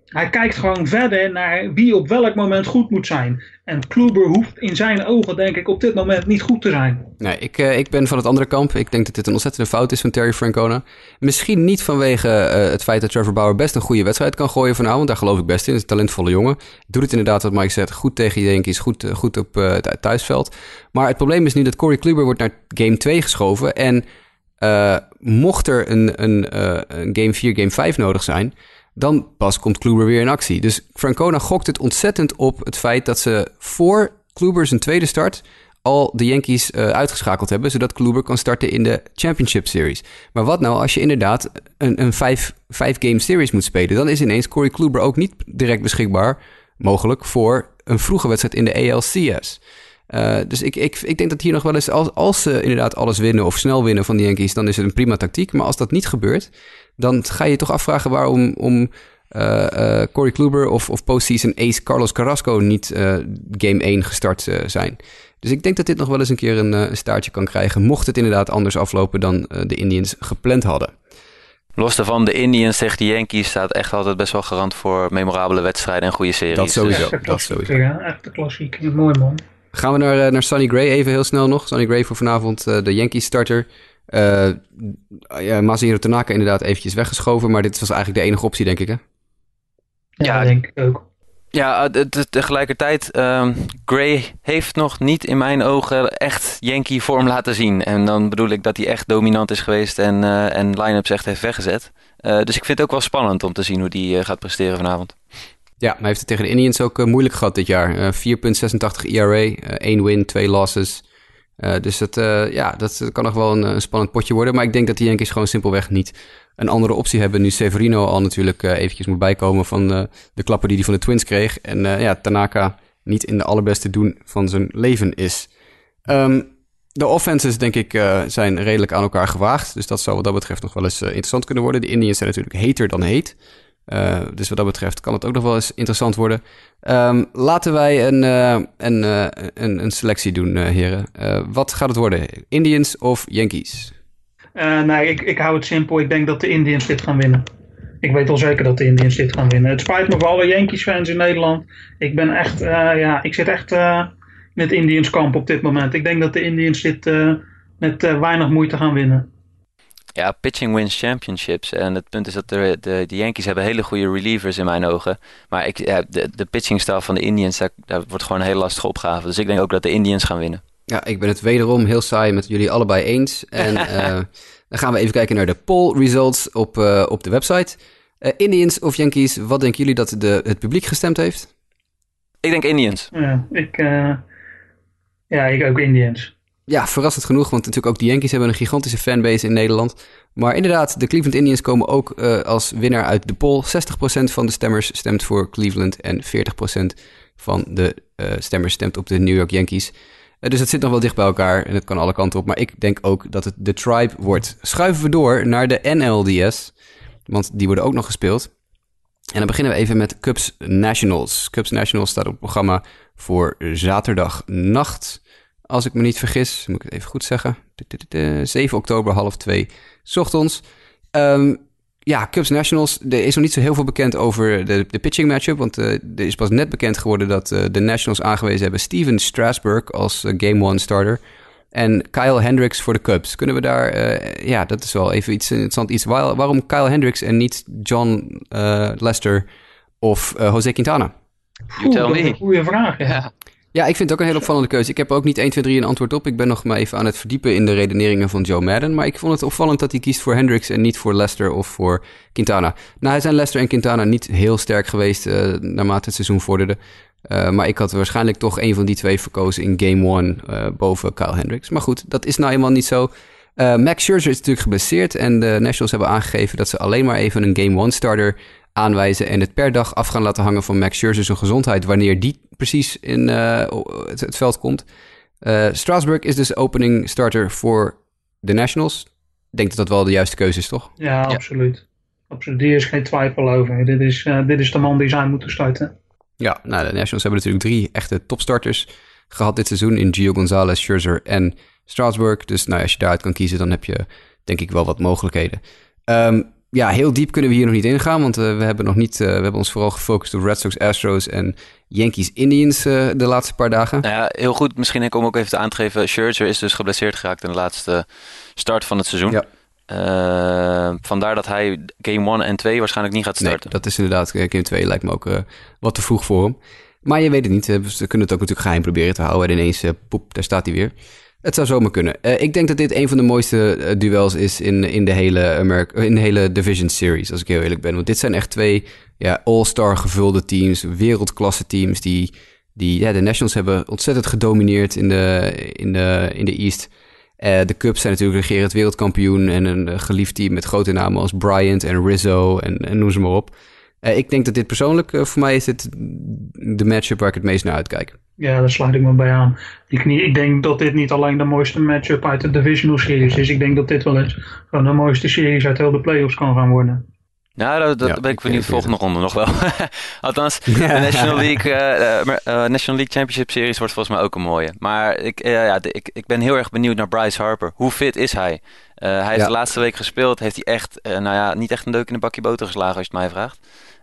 Hij kijkt gewoon verder naar wie op welk moment goed moet zijn. En Kluber hoeft in zijn ogen, denk ik, op dit moment niet goed te zijn. Nee, ik, uh, ik ben van het andere kamp. Ik denk dat dit een ontzettende fout is van Terry Francona. Misschien niet vanwege uh, het feit dat Trevor Bauer best een goede wedstrijd kan gooien vanavond. Daar geloof ik best in. Het is een talentvolle jongen. Doet het inderdaad, wat Mike zegt, goed tegen de Yankees. Goed, uh, goed op uh, het thuisveld. Maar het probleem is nu dat Corey Kluber wordt naar game twee geschoven. En uh, mocht er een, een, uh, een game vier, game vijf nodig zijn, dan pas komt Kluber weer in actie. Dus Francona gokt het ontzettend op het feit dat ze voor Kluber zijn tweede start al de Yankees uh, uitgeschakeld hebben, zodat Kluber kan starten in de Championship Series. Maar wat nou als je inderdaad een, een vijf, vijf game series moet spelen? Dan is ineens Corey Kluber ook niet direct beschikbaar, mogelijk, voor een vroege wedstrijd in de A L C S. Uh, dus ik, ik, ik denk dat hier nog wel eens, als, als ze inderdaad alles winnen of snel winnen van de Yankees, dan is het een prima tactiek. Maar als dat niet gebeurt, dan ga je je toch afvragen waarom om, uh, uh, Corey Kluber of, of postseason ace Carlos Carrasco niet uh, game één gestart uh, zijn. Dus ik denk dat dit nog wel eens een keer een, uh, een staartje kan krijgen, mocht het inderdaad anders aflopen dan uh, de Indians gepland hadden. Los daarvan, de Indians tegen de Yankees staat echt altijd best wel garant voor memorabele wedstrijden en goede series. Dat sowieso. Echt dat sowieso. Ja, echt de klassiek. Mooi man. Gaan we naar, naar Sonny Gray even heel snel nog. Sonny Gray voor vanavond uh, de Yankees starter. Uh, ja, Masahiro Tanaka inderdaad eventjes weggeschoven, maar dit was eigenlijk de enige optie, denk ik, hè? Ja, Ja, denk ik ook. Ja, de- de- tegelijkertijd, um, Gray heeft nog niet in mijn ogen echt Yankee vorm laten zien. En dan bedoel ik dat hij echt dominant is geweest en, uh, en line-ups echt heeft weggezet. Uh, dus ik vind het ook wel spannend om te zien hoe die uh, gaat presteren vanavond. Ja, maar hij heeft het tegen de Indians ook uh, moeilijk gehad dit jaar. Uh, vier komma zesentachtig E R A, uh, één win, twee losses. Uh, dus dat, uh, ja, dat kan nog wel een, een spannend potje worden. Maar ik denk dat de Yankees gewoon simpelweg niet een andere optie hebben. Nu Severino al natuurlijk uh, eventjes moet bijkomen van uh, de klappen die hij van de Twins kreeg. En uh, ja, Tanaka niet in de allerbeste doen van zijn leven is. Um, de offenses, denk ik, uh, zijn redelijk aan elkaar gewaagd. Dus dat zou wat dat betreft nog wel eens uh, interessant kunnen worden. De Indians zijn natuurlijk heter dan heet. Uh, dus wat dat betreft kan het ook nog wel eens interessant worden. Um, laten wij een, uh, een, uh, een, een selectie doen, uh, heren. Uh, wat gaat het worden? Indians of Yankees? Uh, nee, ik, ik hou het simpel. Ik denk dat de Indians dit gaan winnen. Ik weet al zeker dat de Indians dit gaan winnen. Het spijt me voor alle Yankees-fans in Nederland. Ik ben echt, uh, ja, ik zit echt uh, in het Indians kamp op dit moment. Ik denk dat de Indians dit uh, met uh, weinig moeite gaan winnen. Ja, pitching wins championships. En het punt is dat de, de, de Yankees hebben hele goede relievers in mijn ogen. Maar ik, ja, de, de pitching style van de Indians, daar, daar wordt gewoon een hele lastige opgave. Dus ik denk ook dat de Indians gaan winnen. Ja, ik ben het wederom heel saai met jullie allebei eens. En uh, dan gaan we even kijken naar de poll results op, uh, op de website. Uh, Indians of Yankees, wat denken jullie dat de, het publiek gestemd heeft? Ik denk Indians. Ja, ik, uh, ja, ik ook Indians. Ja, verrassend genoeg, want natuurlijk ook de Yankees hebben een gigantische fanbase in Nederland. Maar inderdaad, de Cleveland Indians komen ook uh, als winnaar uit de poll. zestig procent van de stemmers stemt voor Cleveland en veertig procent van de uh, stemmers stemt op de New York Yankees. Uh, dus het zit nog wel dicht bij elkaar en het kan alle kanten op. Maar ik denk ook dat het de Tribe wordt. Schuiven we door naar de N L D S, want die worden ook nog gespeeld. En dan beginnen we even met Cubs Nationals. Cubs Nationals staat op het programma voor zaterdagnacht. Als ik me niet vergis, moet ik het even goed zeggen. zeven oktober, half twee, 's ochtends. Um, ja, Cubs Nationals. Er is nog niet zo heel veel bekend over de, de pitching matchup. Want uh, er is pas net bekend geworden dat uh, de Nationals aangewezen hebben Steven Strasburg als uh, game one starter. En Kyle Hendricks voor de Cubs. Kunnen we daar... Uh, ja, dat is wel even iets interessant. Iets. Waar, waarom Kyle Hendricks en niet John uh, Lester of uh, Jose Quintana? You tell Oeh, dat is me. een goede vraag. Ja. Ja. Ja, ik vind het ook een hele opvallende keuze. Ik heb er ook niet één, twee, drie een antwoord op. Ik ben nog maar even aan het verdiepen in de redeneringen van Joe Madden. Maar ik vond het opvallend dat hij kiest voor Hendricks en niet voor Lester of voor Quintana. Nou, zijn Lester en Quintana niet heel sterk geweest uh, naarmate het seizoen vorderde. Uh, maar ik had waarschijnlijk toch een van die twee verkozen in game one uh, boven Kyle Hendricks. Maar goed, dat is nou eenmaal niet zo. Uh, Max Scherzer is natuurlijk geblesseerd en de Nationals hebben aangegeven dat ze alleen maar even een game one starter aanwijzen en het per dag af gaan laten hangen van Max Scherzer zijn gezondheid, wanneer die precies in uh, het, het veld komt. Uh, Strasburg is dus opening starter voor de Nationals. Ik denk dat dat wel de juiste keuze is, toch? Ja, Ja. absoluut. Absoluut. Die is geen twijfel over. Dit is, uh, dit is de man die zij moeten starten. Ja, nou, de Nationals hebben natuurlijk drie echte topstarters gehad dit seizoen in Gio Gonzalez, Scherzer en Strasburg. Dus nou, als je daaruit kan kiezen, dan heb je denk ik wel wat mogelijkheden. Um, ja, heel diep kunnen we hier nog niet ingaan, want uh, we hebben nog niet, uh, we hebben ons vooral gefocust op Red Sox, Astros en Yankees, Indians uh, de laatste paar dagen. Nou ja, heel goed. Misschien om ook even aan te geven, Scherzer is dus geblesseerd geraakt in de laatste start van het seizoen. Ja. Uh, vandaar dat hij game one en twee waarschijnlijk niet gaat starten. Nee, dat is inderdaad, game twee lijkt me ook uh, wat te vroeg voor hem. Maar je weet het niet, uh, ze kunnen het ook natuurlijk geheim proberen te houden en ineens, uh, poep, daar staat hij weer. Het zou zomaar kunnen. Uh, ik denk dat dit een van de mooiste uh, duels is in, in, de hele America, in de hele Division Series, als ik heel eerlijk ben. Want dit zijn echt twee ja, all-star gevulde teams, wereldklasse teams. Die, die, ja, de Nationals hebben ontzettend gedomineerd in de, in de, in de East. Uh, de Cubs zijn natuurlijk regerend wereldkampioen en een uh, geliefd team met grote namen als Bryant en Rizzo en, en noem ze maar op. Uh, ik denk dat dit persoonlijk, uh, voor mij is dit de matchup waar ik het meest naar uitkijk. Ja, daar sluit ik me bij aan. Ik, niet, ik denk dat dit niet alleen de mooiste matchup uit de Divisional Series is. Ik denk dat dit wel eens gewoon de mooiste series uit heel de playoffs kan gaan worden. Nou, dat, dat ja, ben ik benieuwd de volgende ronde nog wel. Althans, de National League, uh, uh, National League Championship Series wordt volgens mij ook een mooie. Maar ik, uh, ja, de, ik, ik ben heel erg benieuwd naar Bryce Harper. Hoe fit is hij? Uh, hij heeft ja. de laatste week gespeeld. Heeft hij echt, uh, nou ja, niet echt een deuk in een bakje boter geslagen als je het mij vraagt.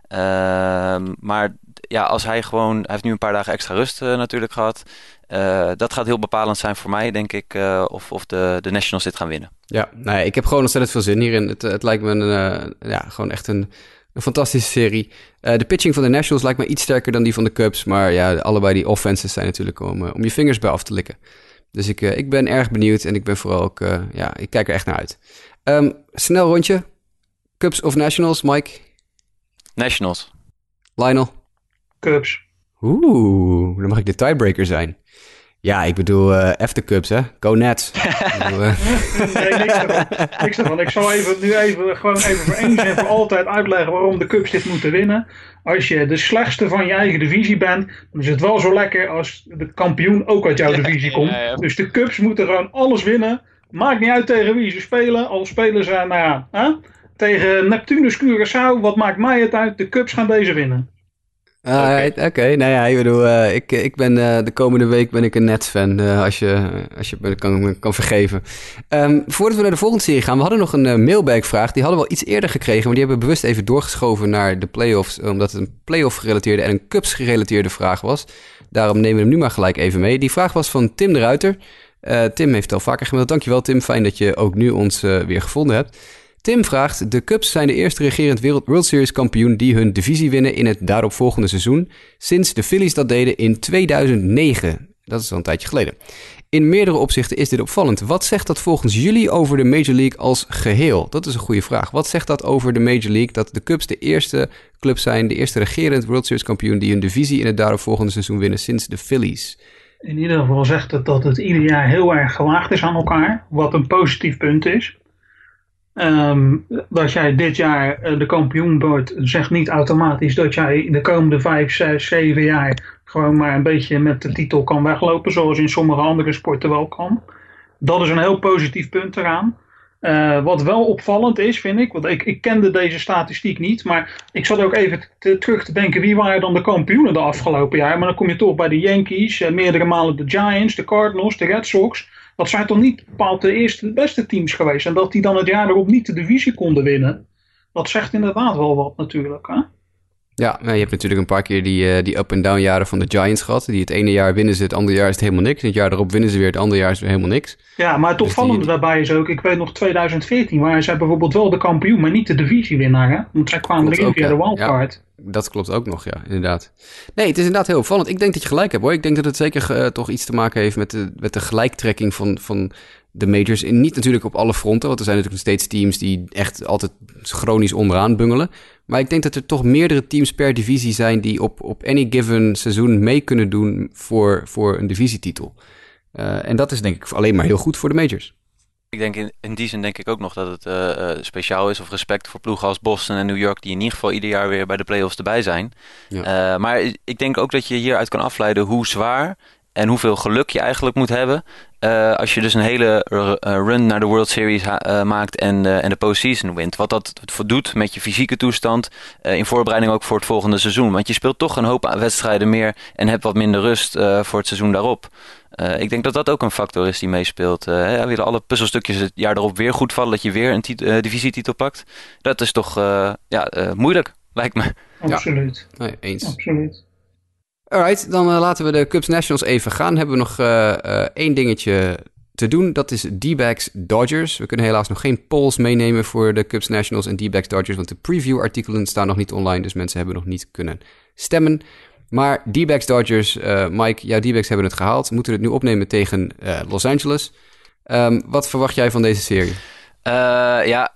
Uh, maar ja, als hij gewoon... Hij heeft nu een paar dagen extra rust uh, natuurlijk gehad. Uh, dat gaat heel bepalend zijn voor mij, denk ik, uh, of, of de, de Nationals dit gaan winnen. Ja, nou ja, ik heb gewoon ontzettend veel zin hierin. Het, het lijkt me een, uh, ja, gewoon echt een, een fantastische serie. Uh, de pitching van de Nationals lijkt me iets sterker dan die van de Cubs. Maar ja, allebei die offenses zijn natuurlijk om, uh, om je vingers bij af te likken. Dus ik, uh, ik ben erg benieuwd en ik ben vooral ook... Uh, ja, ik kijk er echt naar uit. Um, snel rondje. Cubs of Nationals, Mike? Nationals. Lionel? Cubs. Oeh, dan mag ik de tiebreaker zijn. Ja, ik bedoel, uh, F de Cubs, hè? Go Nats. bedoel, uh... Nee, niks ervan. niks ervan. Ik zal even, nu even, gewoon even voor eens en voor altijd uitleggen waarom de Cubs dit moeten winnen. Als je de slechtste van je eigen divisie bent, dan is het wel zo lekker als de kampioen ook uit jouw divisie komt. Ja, ja, ja. Dus de Cubs moeten gewoon alles winnen. Maakt niet uit tegen wie ze spelen. Al spelen ze, nou ja, hè? Tegen Neptunus Curaçao, wat maakt mij het uit? De Cubs gaan deze winnen. Uh, Oké, okay. okay. Nou ja, ik bedoel, uh, ik, ik ben uh, de komende week ben ik een Nets-fan, uh, als je, als je me kan, kan vergeven. Um, voordat we naar de volgende serie gaan, we hadden nog een uh, mailbag-vraag. Die hadden we al iets eerder gekregen, maar die hebben we bewust even doorgeschoven naar de playoffs, omdat het een playoff-gerelateerde en een Cubs-gerelateerde vraag was. Daarom nemen we hem nu maar gelijk even mee. Die vraag was van Tim de Ruiter. Uh, Tim heeft al vaker gemaild. Dankjewel Tim, fijn dat je ook nu ons uh, weer gevonden hebt. Tim vraagt, de Cubs zijn de eerste regerend Wereld World Series kampioen die hun divisie winnen in het daaropvolgende seizoen, sinds de Phillies dat deden in tweeduizend negen. Dat is al een tijdje geleden. In meerdere opzichten is dit opvallend. Wat zegt dat volgens jullie over de Major League als geheel? Dat is een goede vraag. Wat zegt dat over de Major League dat de Cubs de eerste club zijn, de eerste regerend World Series kampioen die hun divisie in het daaropvolgende seizoen winnen sinds de Phillies? In ieder geval zegt het dat het ieder jaar heel erg gewaagd is aan elkaar, wat een positief punt is. Um, dat jij dit jaar uh, de kampioen wordt, zegt niet automatisch dat jij de komende vijf, zes, zeven jaar gewoon maar een beetje met de titel kan weglopen, zoals in sommige andere sporten wel kan. Dat is een heel positief punt eraan. Uh, wat wel opvallend is, vind ik, want ik, ik kende deze statistiek niet, maar ik zat ook even te, terug te denken, wie waren dan de kampioenen de afgelopen jaar? Maar dan kom je toch bij de Yankees, uh, meerdere malen de Giants, de Cardinals, de Red Sox. Dat zijn toch niet bepaald de eerste, de beste teams geweest. En dat die dan het jaar erop niet de divisie konden winnen. Dat zegt inderdaad wel wat natuurlijk. Hè? Ja, je hebt natuurlijk een paar keer die, die up-and-down jaren van de Giants gehad. Die het ene jaar winnen ze, het andere jaar is het helemaal niks. En het jaar erop winnen ze weer, het andere jaar is weer helemaal niks. Ja, maar het opvallende dus die... daarbij is ook, ik weet nog tweeduizend veertien, waar zij bijvoorbeeld wel de kampioen, maar niet de divisiewinnaar. Hè? Want zij kwamen erin via ja. de wildcard. Ja. Dat klopt ook nog, ja, inderdaad. Nee, het is inderdaad heel opvallend. Ik denk dat je gelijk hebt, hoor. Ik denk dat het zeker uh, toch iets te maken heeft met de, met de gelijktrekking van, van de majors. En niet natuurlijk op alle fronten, want er zijn natuurlijk nog steeds teams die echt altijd chronisch onderaan bungelen. Maar ik denk dat er toch meerdere teams per divisie zijn die op, op any given seizoen mee kunnen doen voor, voor een divisietitel. Uh, en dat is denk ik alleen maar heel goed voor de majors. Ik denk in, in die zin denk ik ook nog dat het uh, uh, speciaal is of respect voor ploegen als Boston en New York die in ieder geval ieder jaar weer bij de playoffs erbij zijn. Ja. Uh, maar ik denk ook dat je hieruit kan afleiden hoe zwaar en hoeveel geluk je eigenlijk moet hebben. Uh, als je dus een hele uh, run naar de World Series ha- uh, maakt en, uh, en de postseason wint. Wat dat doet met je fysieke toestand. Uh, in voorbereiding ook voor het volgende seizoen. Want je speelt toch een hoop wedstrijden meer en hebt wat minder rust uh, voor het seizoen daarop. Uh, ik denk dat dat ook een factor is die meespeelt. Uh, ja, willen alle puzzelstukjes het jaar erop weer goed vallen, dat je weer een tit- uh, divisietitel pakt. Dat is toch uh, ja, uh, moeilijk, lijkt me. Absoluut. Ja. Nee, eens. Absoluut. Alright, dan uh, laten we de Cubs Nationals even gaan. Hebben we nog uh, uh, één dingetje te doen. Dat is D-backs Dodgers. We kunnen helaas nog geen polls meenemen voor de Cubs Nationals en D-backs Dodgers, want de preview-artikelen staan nog niet online, dus mensen hebben nog niet kunnen stemmen. Maar D-backs Dodgers, uh, Mike, jouw D-backs hebben het gehaald. Moeten het nu opnemen tegen uh, Los Angeles. Um, wat verwacht jij van deze serie? Uh, ja,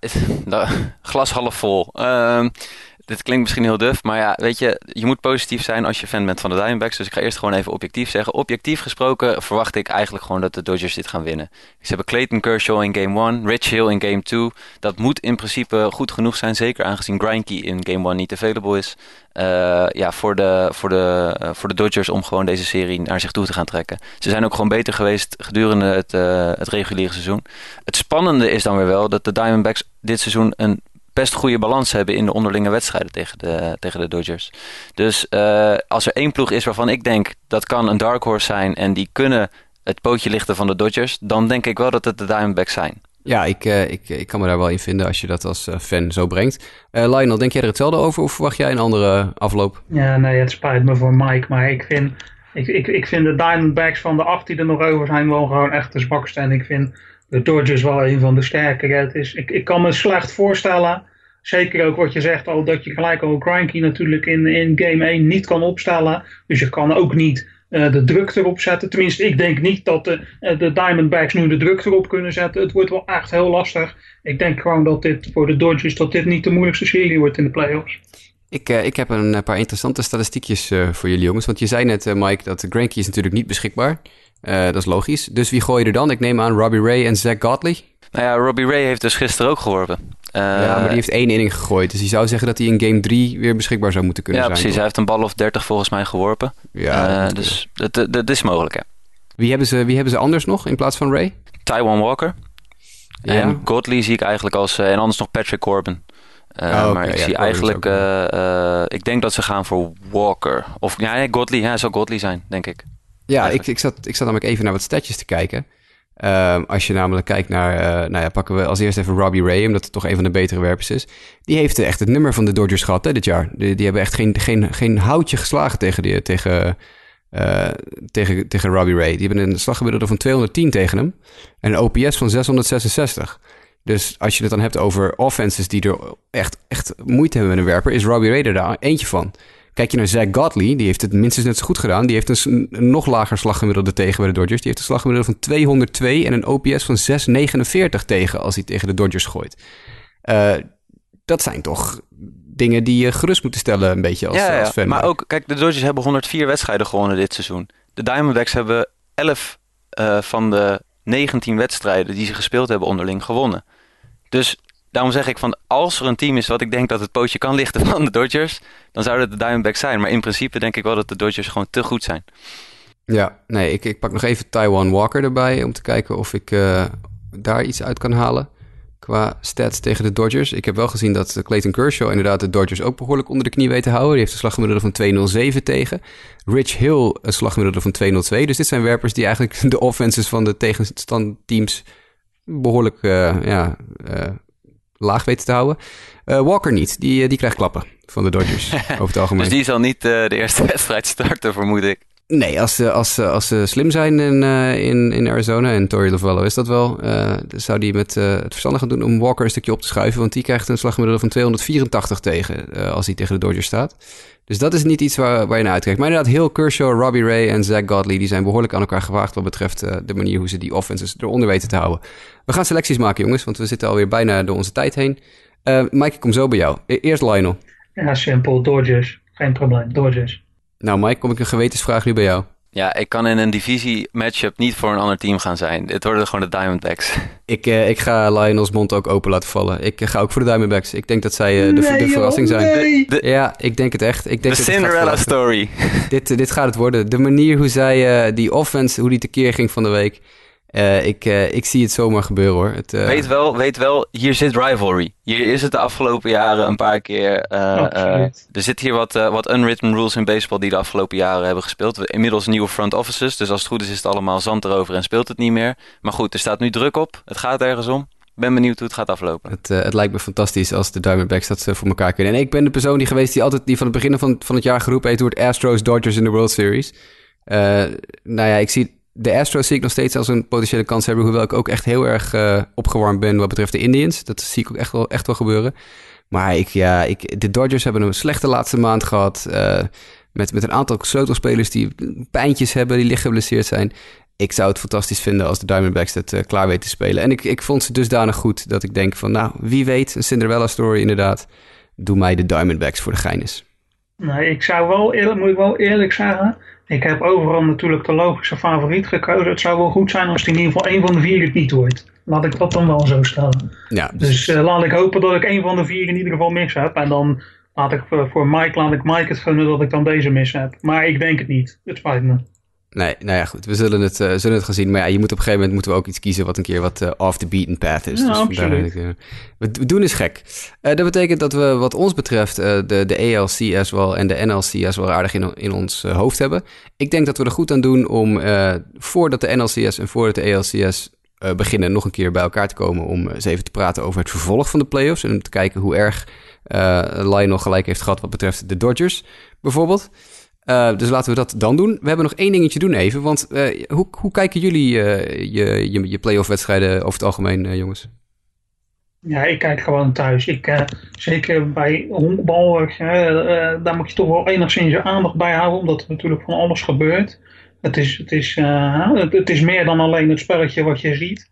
glas half vol. Uh, dit klinkt misschien heel duf, maar ja, weet je, je moet positief zijn als je fan bent van de Diamondbacks. Dus ik ga eerst gewoon even objectief zeggen. Objectief gesproken verwacht ik eigenlijk gewoon dat de Dodgers dit gaan winnen. Ze hebben Clayton Kershaw in game one, Rich Hill in game two. Dat moet in principe goed genoeg zijn, zeker aangezien Greinke in game one niet available is. Uh, ja, voor de, voor, de, uh, voor de Dodgers om gewoon deze serie naar zich toe te gaan trekken. Ze zijn ook gewoon beter geweest gedurende het, uh, het reguliere seizoen. Het spannende is dan weer wel dat de Diamondbacks dit seizoen een best goede balans hebben in de onderlinge wedstrijden tegen de, tegen de Dodgers. Dus uh, als er één ploeg is waarvan ik denk dat kan een dark horse zijn en die kunnen het pootje lichten van de Dodgers, dan denk ik wel dat het de Diamondbacks zijn. Ja, ik, uh, ik, ik kan me daar wel in vinden als je dat als uh, fan zo brengt. Uh, Lionel, denk jij er hetzelfde over of verwacht jij een andere afloop? Ja, nee, het spijt me voor Mike, maar ik vind, ik, ik, ik vind de Diamondbacks van de acht die er nog over zijn wel gewoon echt de zwakste. En ik vind de Dodgers wel een van de sterkere. Het is, ik, ik kan me slecht voorstellen, zeker ook wat je zegt al, dat je gelijk al Greinke natuurlijk in, in game één niet kan opstellen. Dus je kan ook niet uh, de druk erop zetten. Tenminste, ik denk niet dat de, uh, de Diamondbacks nu de druk erop kunnen zetten. Het wordt wel echt heel lastig. Ik denk gewoon dat dit voor de Dodgers dat dit niet de moeilijkste serie wordt in de playoffs. Ik, uh, ik heb een paar interessante statistiekjes uh, voor jullie jongens. Want je zei net, uh, Mike, dat Greinke is natuurlijk niet beschikbaar. Uh, dat is logisch. Dus wie gooi je er dan? Ik neem aan Robbie Ray en Zach Godley. Nou ja, Robbie Ray heeft dus gisteren ook geworpen. Uh, ja, maar die heeft één inning gegooid. Dus die zou zeggen dat hij in game drie weer beschikbaar zou moeten kunnen ja, zijn. Ja, precies. Hij heeft een bal of dertig volgens mij geworpen. Ja, uh, dus dat, dat, dat is mogelijk, ja. Wie hebben, ze, wie hebben ze anders nog in plaats van Ray? Taijuan Walker. Ja. En Godley zie ik eigenlijk als... Uh, en anders nog Patrick Corbin. Uh, oh, okay. Maar ik ja, zie Corbin eigenlijk... Uh, uh, ik denk dat ze gaan voor Walker. Of ja, nee, Godley. Ja, zou Godley zijn, denk ik. Ja, ik, ik, zat, ik zat namelijk even naar wat statjes te kijken. Uh, als je namelijk kijkt naar, uh, nou ja, pakken we als eerst even Robbie Ray, omdat het toch een van de betere werpers is. Die heeft echt het nummer van de Dodgers gehad hè, dit jaar. Die, die hebben echt geen, geen, geen houtje geslagen tegen, die, tegen, uh, tegen, tegen Robbie Ray. Die hebben een slaggemiddelde van tweehonderdtien tegen hem en een O P S van zeshonderdzesenzestig. Dus als je het dan hebt over offenses die er echt, echt moeite hebben met een werper, is Robbie Ray er daar eentje van. Kijk je naar Zach Godley, die heeft het minstens net zo goed gedaan. Die heeft een, een nog lager slaggemiddelde tegen bij de Dodgers. Die heeft een slaggemiddelde van tweehonderdtwee en een O P S van zeshonderdnegenenveertig tegen als hij tegen de Dodgers gooit. Uh, dat zijn toch dingen die je gerust moeten stellen een beetje als, ja, ja. als fan. Maar ook, kijk, de Dodgers hebben honderdvier wedstrijden gewonnen dit seizoen. De Diamondbacks hebben elf uh, van de negentien wedstrijden die ze gespeeld hebben onderling gewonnen. Dus daarom zeg ik van, als er een team is wat ik denk dat het pootje kan lichten van de Dodgers, dan zou dat de Diamondbacks zijn. Maar in principe denk ik wel dat de Dodgers gewoon te goed zijn. Ja, nee, ik, ik pak nog even Taijuan Walker erbij om te kijken of ik uh, daar iets uit kan halen qua stats tegen de Dodgers. Ik heb wel gezien dat Clayton Kershaw inderdaad de Dodgers ook behoorlijk onder de knie weet te houden. Die heeft een slaggemiddelde van tweehonderdzeven tegen. Rich Hill een slaggemiddelde van tweehonderdtwee. Dus dit zijn werpers die eigenlijk de offenses van de tegenstandteams behoorlijk uh, ja, uh, laag weten te houden. Uh, Walker niet, die, die krijgt klappen van de Dodgers over het algemeen. Dus die zal niet uh, de eerste wedstrijd starten, vermoed ik. Nee, als ze, als, als ze slim zijn in, uh, in, in Arizona, en Torey Lovullo is dat wel, uh, zou die met uh, het verstandig gaan doen om Walker een stukje op te schuiven, want die krijgt een slaggemiddelde van tweehonderdvierentachtig tegen uh, als hij tegen de Dodgers staat. Dus dat is niet iets waar, waar je naar uitkijkt. Maar inderdaad, Hill, Kershaw, Robbie Ray en Zach Godley, die zijn behoorlijk aan elkaar gewaagd wat betreft uh, de manier hoe ze die offenses eronder weten te houden. We gaan selecties maken, jongens, want we zitten alweer bijna door onze tijd heen. Uh, Mike, ik kom zo bij jou. E- eerst Lionel. Ja, simpel. Dodgers. Geen probleem. Dodgers. Nou, Mike, kom ik een gewetensvraag nu bij jou. Ja, ik kan in een divisie matchup niet voor een ander team gaan zijn. Dit worden gewoon de Diamondbacks. Ik, uh, ik ga Lionel's mond ook open laten vallen. Ik uh, ga ook voor de Diamondbacks. Ik denk dat zij uh, de, nee, de verrassing joh, zijn. Nee. De, ja, ik denk het echt. Ik denk de dat Cinderella story. dit, uh, dit gaat het worden. De manier hoe zij uh, die offense, hoe die tekeer ging van de week. Uh, ik, uh, ik zie het zomaar gebeuren hoor. Het, uh... weet, wel, weet wel, hier zit rivalry. Hier is het de afgelopen jaren een paar keer. Uh, uh, er zit hier wat, uh, wat unwritten rules in baseball die de afgelopen jaren hebben gespeeld. Inmiddels nieuwe front offices. Dus als het goed is, is het allemaal zand erover en speelt het niet meer. Maar goed, er staat nu druk op. Het gaat ergens om. Ben benieuwd hoe het gaat aflopen. Het, uh, het lijkt me fantastisch als de Diamondbacks dat uh, voor elkaar kunnen. En ik ben de persoon die geweest die altijd die van het begin van, van het jaar geroepen heeft hoe het Astros Dodgers in de World Series. Uh, nou ja, ik zie de Astros zie ik nog steeds als een potentiële kans hebben, hoewel ik ook echt heel erg uh, opgewarmd ben wat betreft de Indians. Dat zie ik ook echt wel, echt wel gebeuren. Maar ik, ja, ik, de Dodgers hebben een slechte laatste maand gehad. Uh, met, met een aantal sleutelspelers die pijntjes hebben, die licht geblesseerd zijn. Ik zou het fantastisch vinden als de Diamondbacks het uh, klaar weten te spelen. En ik, ik vond ze dusdanig goed dat ik denk van, nou, wie weet, een Cinderella story inderdaad. Doe mij de Diamondbacks voor de geines. Nee, ik zou wel eerlijk, moet ik wel eerlijk zeggen, ik heb overal natuurlijk de logische favoriet gekozen. Het zou wel goed zijn als in ieder geval één van de vier het niet wordt. Laat ik dat dan wel zo stellen. Ja, dus uh, laat ik hopen dat ik één van de vier in ieder geval mis heb. En dan laat ik uh, voor Mike, laat ik Mike het gunnen dat ik dan deze mis heb. Maar ik denk het niet. Het spijt me. Nee, nou ja, goed. We zullen het, uh, zullen het gaan zien. Maar ja, je moet op een gegeven moment moeten we ook iets kiezen wat een keer wat uh, off the beaten path is. Ja, dus absoluut. Uh, we, we doen is gek. Uh, dat betekent dat we wat ons betreft uh, de, de A L C S wel en de N L C S wel aardig in, in ons uh, hoofd hebben. Ik denk dat we er goed aan doen om uh, voordat de N L C S en voordat de A L C S uh, beginnen nog een keer bij elkaar te komen om eens even te praten over het vervolg van de playoffs. En om te kijken hoe erg uh, Lionel gelijk heeft gehad wat betreft de Dodgers bijvoorbeeld. Uh, dus laten we dat dan doen. We hebben nog één dingetje doen even. Want uh, hoe, hoe kijken jullie uh, je, je, je play-off wedstrijden over het algemeen, uh, jongens? Ja, ik kijk gewoon thuis. Ik, uh, zeker bij honkbal, uh, uh, daar moet je toch wel enigszins je aandacht bij houden. Omdat er natuurlijk van alles gebeurt. Het is, het is, uh, het, het is meer dan alleen het spelletje wat je ziet.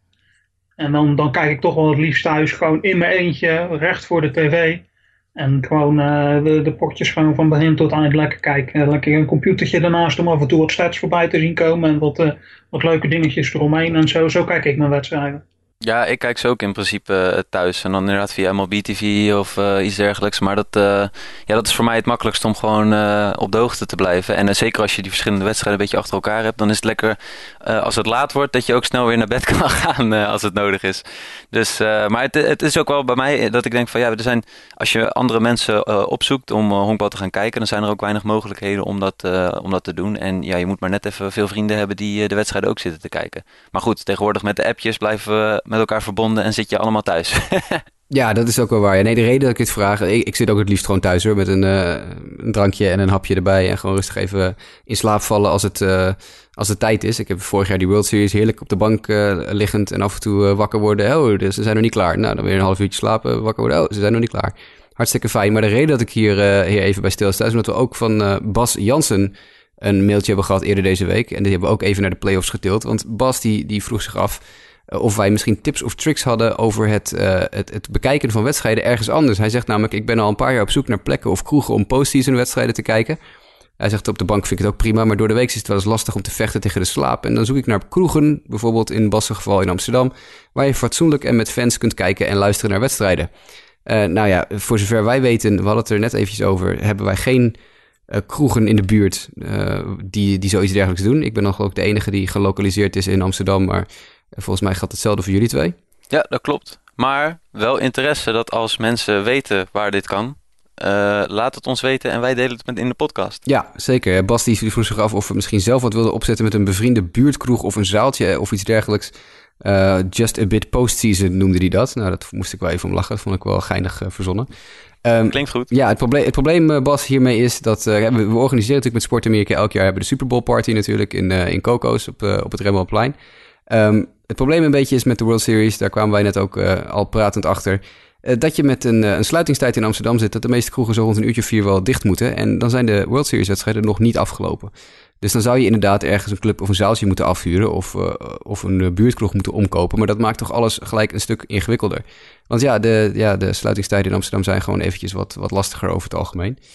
En dan, dan kijk ik toch wel het liefst thuis gewoon in mijn eentje, recht voor de tv. En gewoon uh, de, de potjes gewoon van begin tot eind lekker kijken. Lekker een computertje ernaast om af en toe wat stats voorbij te zien komen. En wat, uh, wat leuke dingetjes eromheen. En zo, zo kijk ik naar wedstrijden. Ja, ik kijk ze ook in principe uh, thuis. En dan inderdaad via M L B T V of uh, iets dergelijks. Maar dat, uh, ja, dat is voor mij het makkelijkst om gewoon uh, op de hoogte te blijven. En uh, zeker als je die verschillende wedstrijden een beetje achter elkaar hebt. Dan is het lekker, uh, als het laat wordt, dat je ook snel weer naar bed kan gaan uh, als het nodig is. Dus, uh, maar het, het is ook wel bij mij dat ik denk van ja, er zijn, als je andere mensen uh, opzoekt om uh, honkbal te gaan kijken, dan zijn er ook weinig mogelijkheden om dat, uh, om dat te doen. En ja, je moet maar net even veel vrienden hebben die uh, de wedstrijden ook zitten te kijken. Maar goed, tegenwoordig met de appjes blijven we met elkaar verbonden en zit je allemaal thuis. Ja, dat is ook wel waar. Ja, nee, de reden dat ik dit vraag, ik, ik zit ook het liefst gewoon thuis hoor, met een, uh, een drankje en een hapje erbij en gewoon rustig even in slaap vallen als het, uh, als het tijd is. Ik heb vorig jaar die World Series heerlijk op de bank uh, liggend en af en toe uh, wakker worden. Oh, dus ze zijn nog niet klaar. Nou, dan weer een half uurtje slapen, wakker worden. Oh, ze zijn nog niet klaar. Hartstikke fijn. Maar de reden dat ik hier, uh, hier even bij stilsta is omdat we ook van uh, Bas Jansen een mailtje hebben gehad eerder deze week. En die hebben we ook even naar de playoffs getild. Want Bas die, die vroeg zich af of wij misschien tips of tricks hadden over het, uh, het, het bekijken van wedstrijden ergens anders. Hij zegt namelijk, ik ben al een paar jaar op zoek naar plekken of kroegen om postseason wedstrijden te kijken. Hij zegt, op de bank vind ik het ook prima, maar door de week is het wel eens lastig om te vechten tegen de slaap. En dan zoek ik naar kroegen, bijvoorbeeld in Bas' geval in Amsterdam, waar je fatsoenlijk en met fans kunt kijken en luisteren naar wedstrijden. Uh, nou ja, voor zover wij weten, we hadden het er net eventjes over, hebben wij geen uh, kroegen in de buurt uh, die, die zoiets dergelijks doen. Ik ben dan geloof ik de enige die gelokaliseerd is in Amsterdam, maar volgens mij geldt hetzelfde voor jullie twee. Ja, dat klopt. Maar wel interesse dat als mensen weten waar dit kan, uh, laat het ons weten en wij delen het met in de podcast. Ja, zeker. Bas die vroeg zich af of we misschien zelf wat wilden opzetten met een bevriende buurtkroeg of een zaaltje of iets dergelijks. Uh, just a bit postseason noemde hij dat. Nou, dat moest ik wel even om lachen. Dat vond ik wel geinig uh, verzonnen. Um, Klinkt goed. Ja, het probleem, het probleem Bas, hiermee is dat uh, we, we organiseren natuurlijk met Sport Amerika elk jaar hebben de Super Bowl party natuurlijk in, uh, in Coco's op, uh, op het Rembrandtplein. Um, het probleem een beetje is met de World Series, daar kwamen wij net ook uh, al pratend achter, uh, dat je met een, uh, een sluitingstijd in Amsterdam zit, dat de meeste kroegen zo rond een uurtje of vier wel dicht moeten. En dan zijn de World Series wedstrijden nog niet afgelopen. Dus dan zou je inderdaad ergens een club of een zaaltje moeten afhuren of, uh, of een uh, buurtkroeg moeten omkopen. Maar dat maakt toch alles gelijk een stuk ingewikkelder. Want ja, de, ja, de sluitingstijden in Amsterdam zijn gewoon eventjes wat, wat lastiger over het algemeen.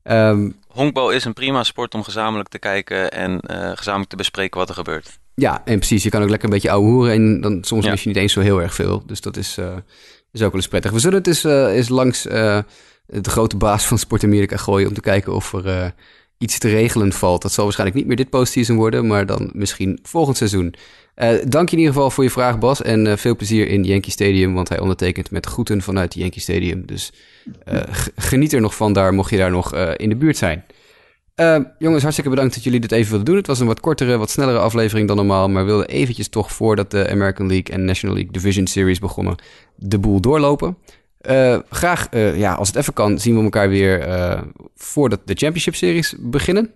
Um, Honkbal is een prima sport om gezamenlijk te kijken en uh, gezamenlijk te bespreken wat er gebeurt. Ja, en precies. Je kan ook lekker een beetje ouwe hoeren en dan soms Ja. mis je niet eens zo heel erg veel. Dus dat is, uh, is ook wel eens prettig. We zullen het eens, uh, eens langs uh, de grote baas van Sport Amerika gooien om te kijken of er uh, iets te regelen valt. Dat zal waarschijnlijk niet meer dit postseason worden, maar dan misschien volgend seizoen. Uh, dank je in ieder geval voor je vraag, Bas. En uh, veel plezier in Yankee Stadium, want hij ondertekent met groeten vanuit Yankee Stadium. Dus uh, g- geniet er nog van daar, mocht je daar nog uh, in de buurt zijn. Uh, jongens, hartstikke bedankt dat jullie dit even wilden doen. Het was een wat kortere, wat snellere aflevering dan normaal, maar we wilden eventjes toch voordat de American League en National League Division Series begonnen, de boel doorlopen. Uh, graag, uh, ja, als het even kan, zien we elkaar weer uh, voordat de Championship Series beginnen.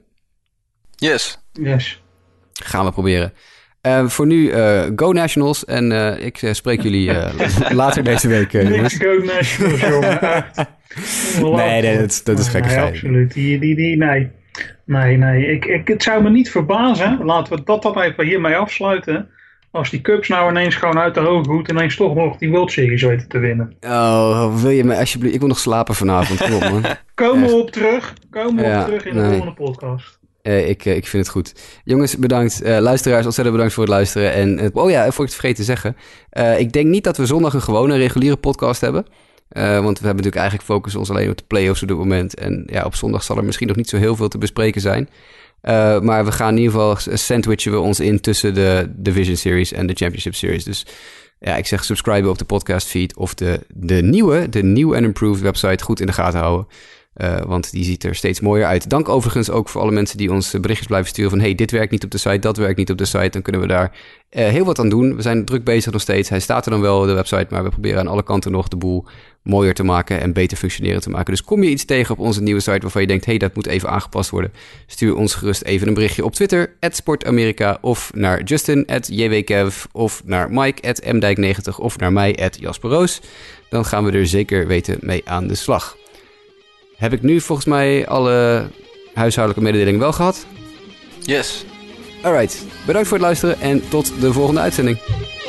Yes. Yes. Gaan we proberen. Uh, voor nu, uh, go Nationals. En uh, ik uh, spreek jullie uh, later deze week, uh, jongens. Niks go Nationals, jongen. Echt. Nee, nee, dat, dat is nee, gekkigheid. nee, absoluut. Die, die, die, nee. Nee, nee. Ik, ik, het zou me niet verbazen. Laten we dat dan even hiermee afsluiten. Als die Cubs nou ineens gewoon uit de hoge hoed ineens toch nog die World Series weten te winnen. Oh, wil je me alsjeblieft... Ik wil nog slapen vanavond. Kom op, man. Komen we op terug. Komen we Ja, op terug in de nee. volgende podcast. Uh, ik, uh, ik vind het goed. Jongens, bedankt. Uh, luisteraars, ontzettend bedankt voor het luisteren. En, uh, oh ja, voor ik het vergeten te zeggen. Uh, ik denk niet dat we zondag een gewone reguliere podcast hebben. Uh, want we hebben natuurlijk eigenlijk focussen ons alleen op de playoffs op dit moment. En ja, op zondag zal er misschien nog niet zo heel veel te bespreken zijn. Uh, maar we gaan in ieder geval sandwichen we ons in tussen de Division Series en de Championship Series. Dus ja, ik zeg subscriben op de podcast feed of de, de nieuwe, de nieuwe en improved website goed in de gaten houden. Uh, want die ziet er steeds mooier uit. Dank overigens ook voor alle mensen die ons berichtjes blijven sturen van hey, dit werkt niet op de site, dat werkt niet op de site. Dan kunnen we daar uh, heel wat aan doen. We zijn druk bezig nog steeds. Hij staat er dan wel, de website, maar we proberen aan alle kanten nog de boel mooier te maken en beter functioneren te maken. Dus kom je iets tegen op onze nieuwe site waarvan je denkt, hey, dat moet even aangepast worden. Stuur ons gerust even een berichtje op Twitter, at sportamerika, of naar Justin, at jwkev, of naar Mike, at mdijk negentig, of naar mij, at Jasper Roos. Dan gaan we er zeker weten mee aan de slag. Heb ik nu volgens mij alle huishoudelijke mededelingen wel gehad? Yes. Alright, bedankt voor het luisteren en tot de volgende uitzending.